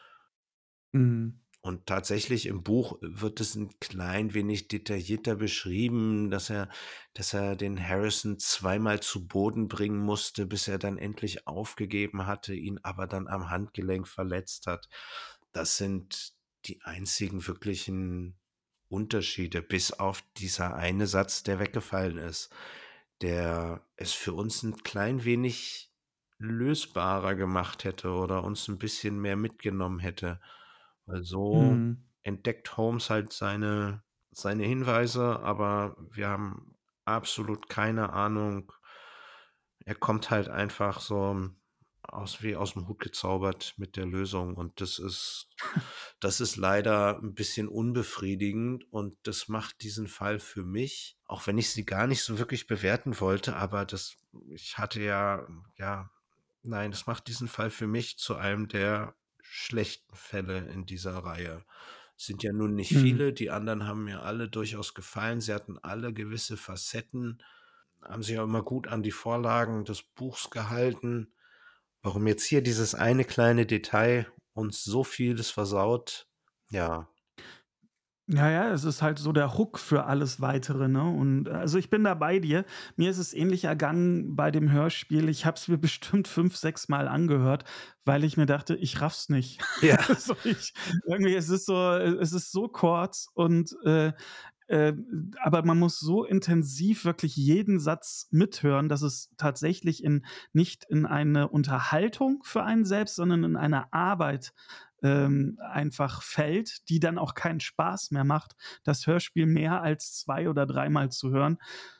Mhm. Und tatsächlich im Buch wird es ein klein wenig detaillierter beschrieben, dass er den Harrison zweimal zu Boden bringen musste, bis er dann endlich aufgegeben hatte, ihn aber dann am Handgelenk verletzt hat. Das sind die einzigen wirklichen Unterschiede, bis auf dieser eine Satz, der weggefallen ist, der es für uns ein klein wenig lösbarer gemacht hätte oder uns ein bisschen mehr mitgenommen hätte. Weil so Mhm. entdeckt Holmes halt seine Hinweise, aber wir haben absolut keine Ahnung. Er kommt halt einfach so wie aus dem Hut gezaubert mit der Lösung und das ist leider ein bisschen unbefriedigend und das macht diesen Fall für mich, auch wenn ich sie gar nicht so wirklich bewerten wollte, aber ich hatte ja, nein, das macht diesen Fall für mich zu einem der schlechten Fälle in dieser Reihe. Es sind ja nun nicht Mhm. viele, die anderen haben mir alle durchaus gefallen. Sie hatten alle gewisse Facetten, haben sich auch immer gut an die Vorlagen des Buchs gehalten. Warum jetzt hier dieses eine kleine Detail uns so vieles versaut, ja, Ja, ja, es ist halt so der Hook für alles Weitere, ne? Und also, ich bin da bei dir. Mir ist es ähnlich ergangen bei dem Hörspiel. Ich habe es mir bestimmt 5, 6 Mal angehört, weil ich mir dachte: „Ich raff's nicht.“ ja, So, irgendwie es ist so kurz und, äh, aber man muss so intensiv wirklich jeden Satz mithören, dass es tatsächlich nicht in eine Unterhaltung für einen selbst, sondern in eine Arbeit, einfach fällt, die dann auch keinen Spaß mehr macht, das Hörspiel mehr als 2 oder dreimal zu hören.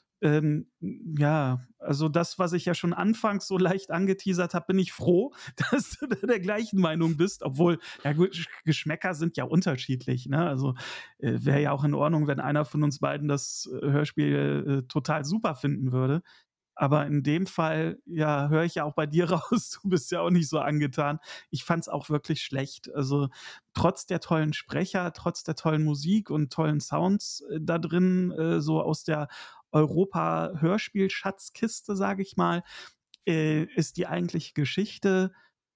Ja, also das, was ich ja schon anfangs so leicht angeteasert habe, bin ich froh, dass du da der gleichen Meinung bist, obwohl, ja gut, Geschmäcker sind ja unterschiedlich, ne? Also, wäre ja auch in Ordnung, wenn einer von uns beiden das, Hörspiel, total super finden würde. Aber in dem Fall, ja, höre ich ja auch bei dir raus, du bist ja auch nicht so angetan. Ich fand es auch wirklich schlecht. Also, trotz der tollen Sprecher, trotz der tollen Musik und tollen Sounds, da drin, so aus der Europa-Hörspiel-Schatzkiste, sage ich mal, ist die eigentliche Geschichte,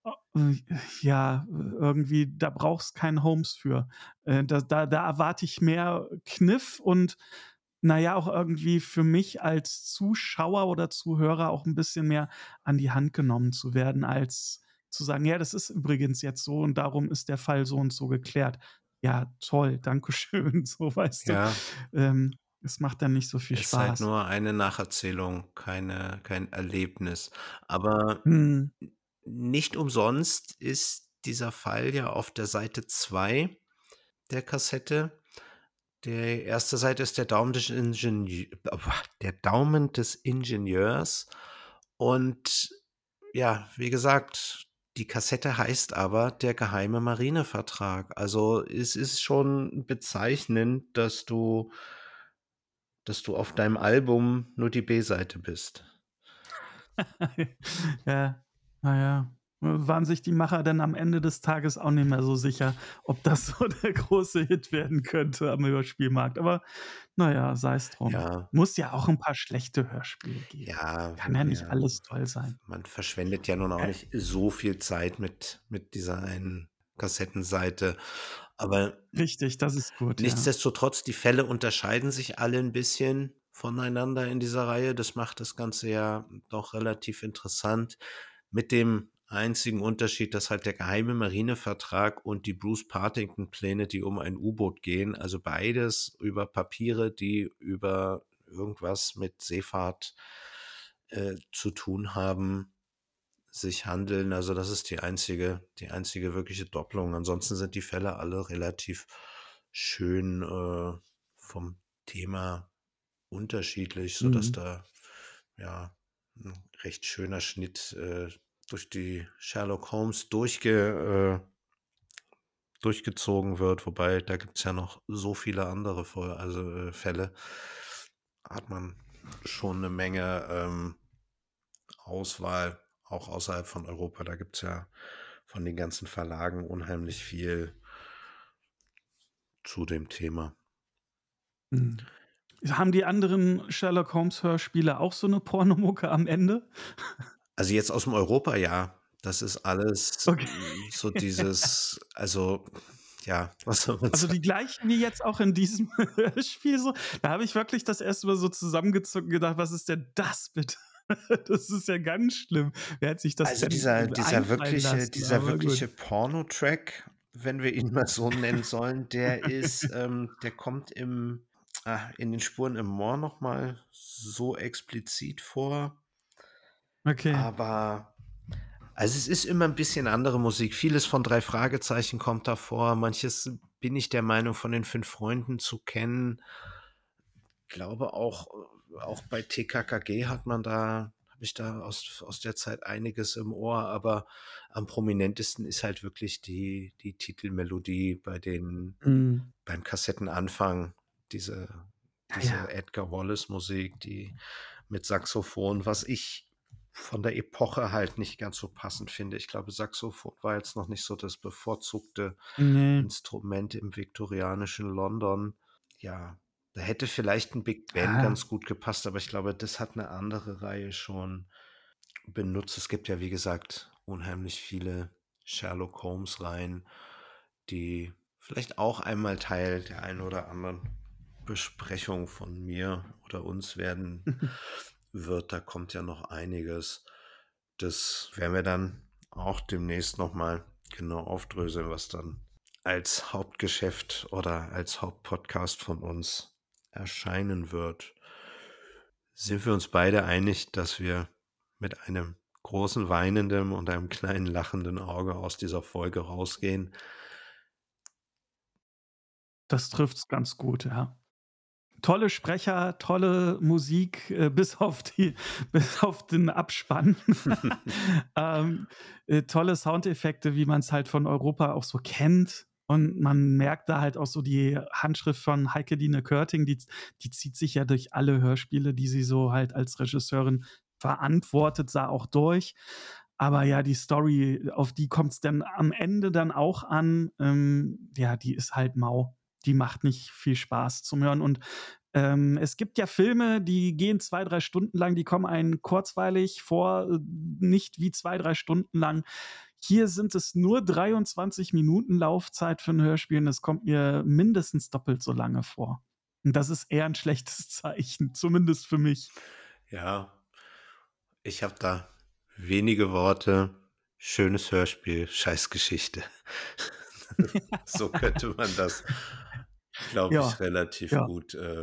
ja, irgendwie, da brauchst kein Holmes für. Da erwarte ich mehr Kniff und, na ja, auch irgendwie für mich als Zuschauer oder Zuhörer auch ein bisschen mehr an die Hand genommen zu werden, als zu sagen: „Ja, das ist übrigens jetzt so und darum ist der Fall so und so geklärt.“ Ja, toll, danke schön, so, weißt du? ja, Es macht dann nicht so viel ist halt Spaß. nur eine Nacherzählung, kein Erlebnis. Aber Mhm. nicht umsonst ist dieser Fall ja auf der Seite 2 der Kassette. Die erste Seite ist der Daumen des Ingenieurs und ja, wie gesagt, die Kassette heißt aber „Der geheime Marinevertrag“. Also, es ist schon bezeichnend, dass du auf deinem Album nur die B-Seite bist. Ja, na ja. Waren sich die Macher dann am Ende des Tages auch nicht mehr so sicher, ob das so der große Hit werden könnte am Hörspielmarkt. Aber na ja, sei's drum. Ja, Muss ja auch 'n paar schlechte Hörspiele geben. ja, Kann ja nicht ja. alles toll sein. Man verschwendet ja nun auch Äh, nicht so viel Zeit mit dieser einen Kassettenseite. Aber richtig, das ist gut, ja. nichtsdestotrotz, die Fälle unterscheiden sich alle 'n bisschen voneinander in dieser Reihe. Das macht das Ganze ja doch relativ interessant, mit dem einzigen Unterschied, dass halt der geheime Marinevertrag und die Bruce-Partington-Pläne, die um ein U-Boot gehen, also beides über Papiere, die über irgendwas mit Seefahrt, zu tun haben, sich handeln. Also, das ist die einzige wirkliche Doppelung. Ansonsten sind die Fälle alle relativ schön, vom Thema unterschiedlich, sodass Mhm. da, ja, 'n recht schöner Schnitt, durch die Sherlock Holmes durchgezogen wird, wobei da gibt's ja noch so viele andere Fälle, hat man schon eine Menge, Auswahl, auch außerhalb von Europa. Da gibt's ja von den ganzen Verlagen unheimlich viel zu dem Thema. Mhm. Haben die anderen Sherlock Holmes-Hörspiele auch so eine Pornomucke am Ende? Also, jetzt aus'm Europa, ja. Das ist alles, Okay. so dieses ja, was soll man Also, sagen? die gleichen wie jetzt auch in diesem Hörspiel so? Da habe ich wirklich das erste Mal so zusammengezuckt und gedacht: „Was ist denn das bitte?“ Das ist ja ganz schlimm. Wer hat sich das Also, denn, dieser dieser einfallen wirkliche lassen? dieser Aber gut. wirkliche Pornotrack, wenn wir ihn mal so nennen sollen, der kommt in den Spuren im Moor noch mal so explizit vor, Okay. aber es ist immer 'n bisschen andere Musik. Vieles von 3 Fragezeichen kommt da vor. Manches bin ich der Meinung, von den 5 Freunden zu kennen. Glaube auch bei TKKG habe ich da aus der Zeit einiges im Ohr, aber am prominentesten ist halt wirklich die Titelmelodie Mhm. beim Kassettenanfang, diese Ja, diese ja. Edgar Wallace-Musik, die mit Saxophon, was ich von der Epoche halt nicht ganz so passend finde. Ich glaube, Saxophon war jetzt noch nicht so das bevorzugte Ne. Instrument im viktorianischen London. Ja, da hätte vielleicht 'n Big Ben Ja. ganz gut gepasst, aber ich glaube, das hat 'ne andere Reihe schon benutzt. Es gibt ja, wie gesagt, unheimlich viele Sherlock-Holmes-Reihen, die vielleicht auch einmal Teil der einen oder anderen Besprechung von mir oder uns werden wird. Da kommt ja noch einiges. Das werden wir dann auch demnächst noch mal genau aufdröseln, was dann als Hauptgeschäft oder als Hauptpodcast von uns erscheinen wird. Sind wir uns beide einig, dass wir mit einem großen weinenden und einem kleinen lachenden Auge aus dieser Folge rausgehen? Das trifft's ganz gut, ja. Tolle Sprecher, tolle Musik, bis auf den Abspann. Ähm, tolle Soundeffekte, wie man's halt von Europa auch so kennt. Und man merkt da halt auch so die Handschrift von Heike-Dine Körting, die zieht sich ja durch alle Hörspiele, die sie so halt als Regisseurin verantwortet, sah auch durch. Aber ja, die Story, auf die kommt's dann am Ende dann auch an, ja, die ist halt mau. Die macht nicht viel Spaß zum Hören und es gibt ja Filme, die gehen 2, 3 Stunden lang, die kommen einem kurzweilig vor, nicht wie 2, 3 Stunden lang. Hier sind es nur 23 Minuten Laufzeit für 'n Hörspiel und es kommt mir mindestens doppelt so lange vor. Und das ist eher 'n schlechtes Zeichen, zumindest für mich. Ja, ich habe da wenige Worte. Schönes Hörspiel, Scheißgeschichte. So könnte man das, glaube ich, Ja, relativ ja,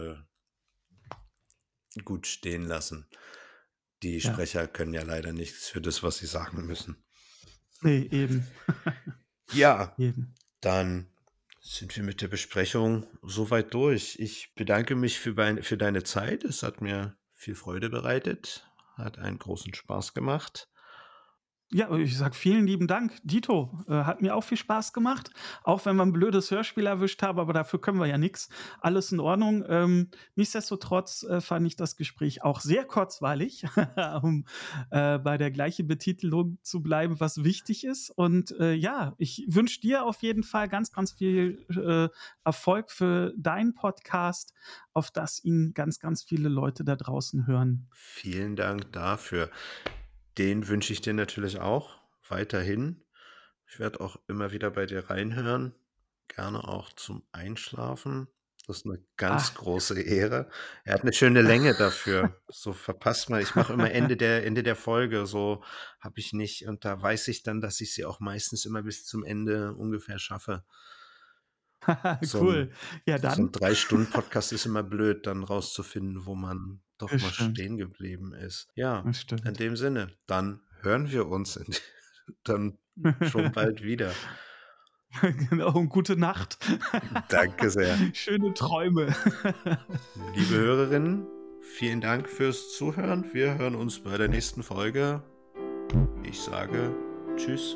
gut stehen lassen. Die ja. Sprecher können ja leider nichts für das, was sie sagen müssen. Ne, eben. Ja, Eben. dann sind wir mit der Besprechung soweit durch. Ich bedanke mich für deine Zeit. Es hat mir viel Freude bereitet, hat einen großen Spaß gemacht. Ja, ich sage vielen lieben Dank. Dito, hat mir auch viel Spaß gemacht, auch wenn wir 'n blödes Hörspiel erwischt haben, aber dafür können wir ja nix. Alles in Ordnung. Nichtsdestotrotz, fand ich das Gespräch auch sehr kurzweilig, um, bei der gleichen Betitelung zu bleiben, was wichtig ist. Und, ja, ich wünsche dir auf jeden Fall ganz, ganz viel, Erfolg für deinen Podcast, auf dass ihn ganz, ganz viele Leute da draußen hören. Vielen Dank dafür. Den wünsche ich dir natürlich auch weiterhin. Ich werde auch immer wieder bei dir reinhören, gerne auch zum Einschlafen. Das ist 'ne ganz Ah. große Ehre. Er hat 'ne schöne Länge dafür. So verpasst man Ich mache immer Ende der Folge, so habe ich nicht und da weiß ich dann, dass ich sie auch meistens immer bis zum Ende ungefähr schaffe. So Cool. 'n Ja, so 'n dann 3-Stunden-Podcast ist immer blöd, dann rauszufinden, wo man doch das mal stimmt, stehen geblieben ist. Ja, das in stimmt. dem Sinne, dann hören wir uns dann schon bald wieder. Genau, und gute Nacht. Danke sehr. Schöne Träume. Liebe Hörerinnen, vielen Dank fürs Zuhören. Wir hören uns bei der nächsten Folge. Ich sage Tschüss.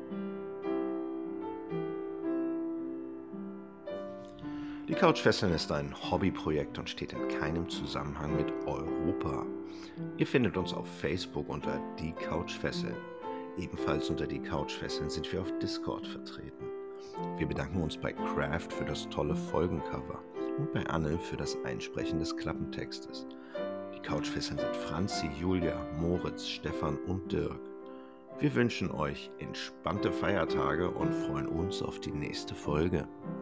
Die Couchfesseln ist ein Hobbyprojekt und steht in keinem Zusammenhang mit Europa. Ihr findet uns auf Facebook unter Die Couchfesseln. Ebenfalls unter Die Couchfesseln sind wir auf Discord vertreten. Wir bedanken uns bei Craft für das tolle Folgencover und bei Anne für das Einsprechen des Klappentextes. Die Couchfesseln sind Franzi, Julia, Moritz, Stefan und Dirk. Wir wünschen euch entspannte Feiertage und freuen uns auf die nächste Folge.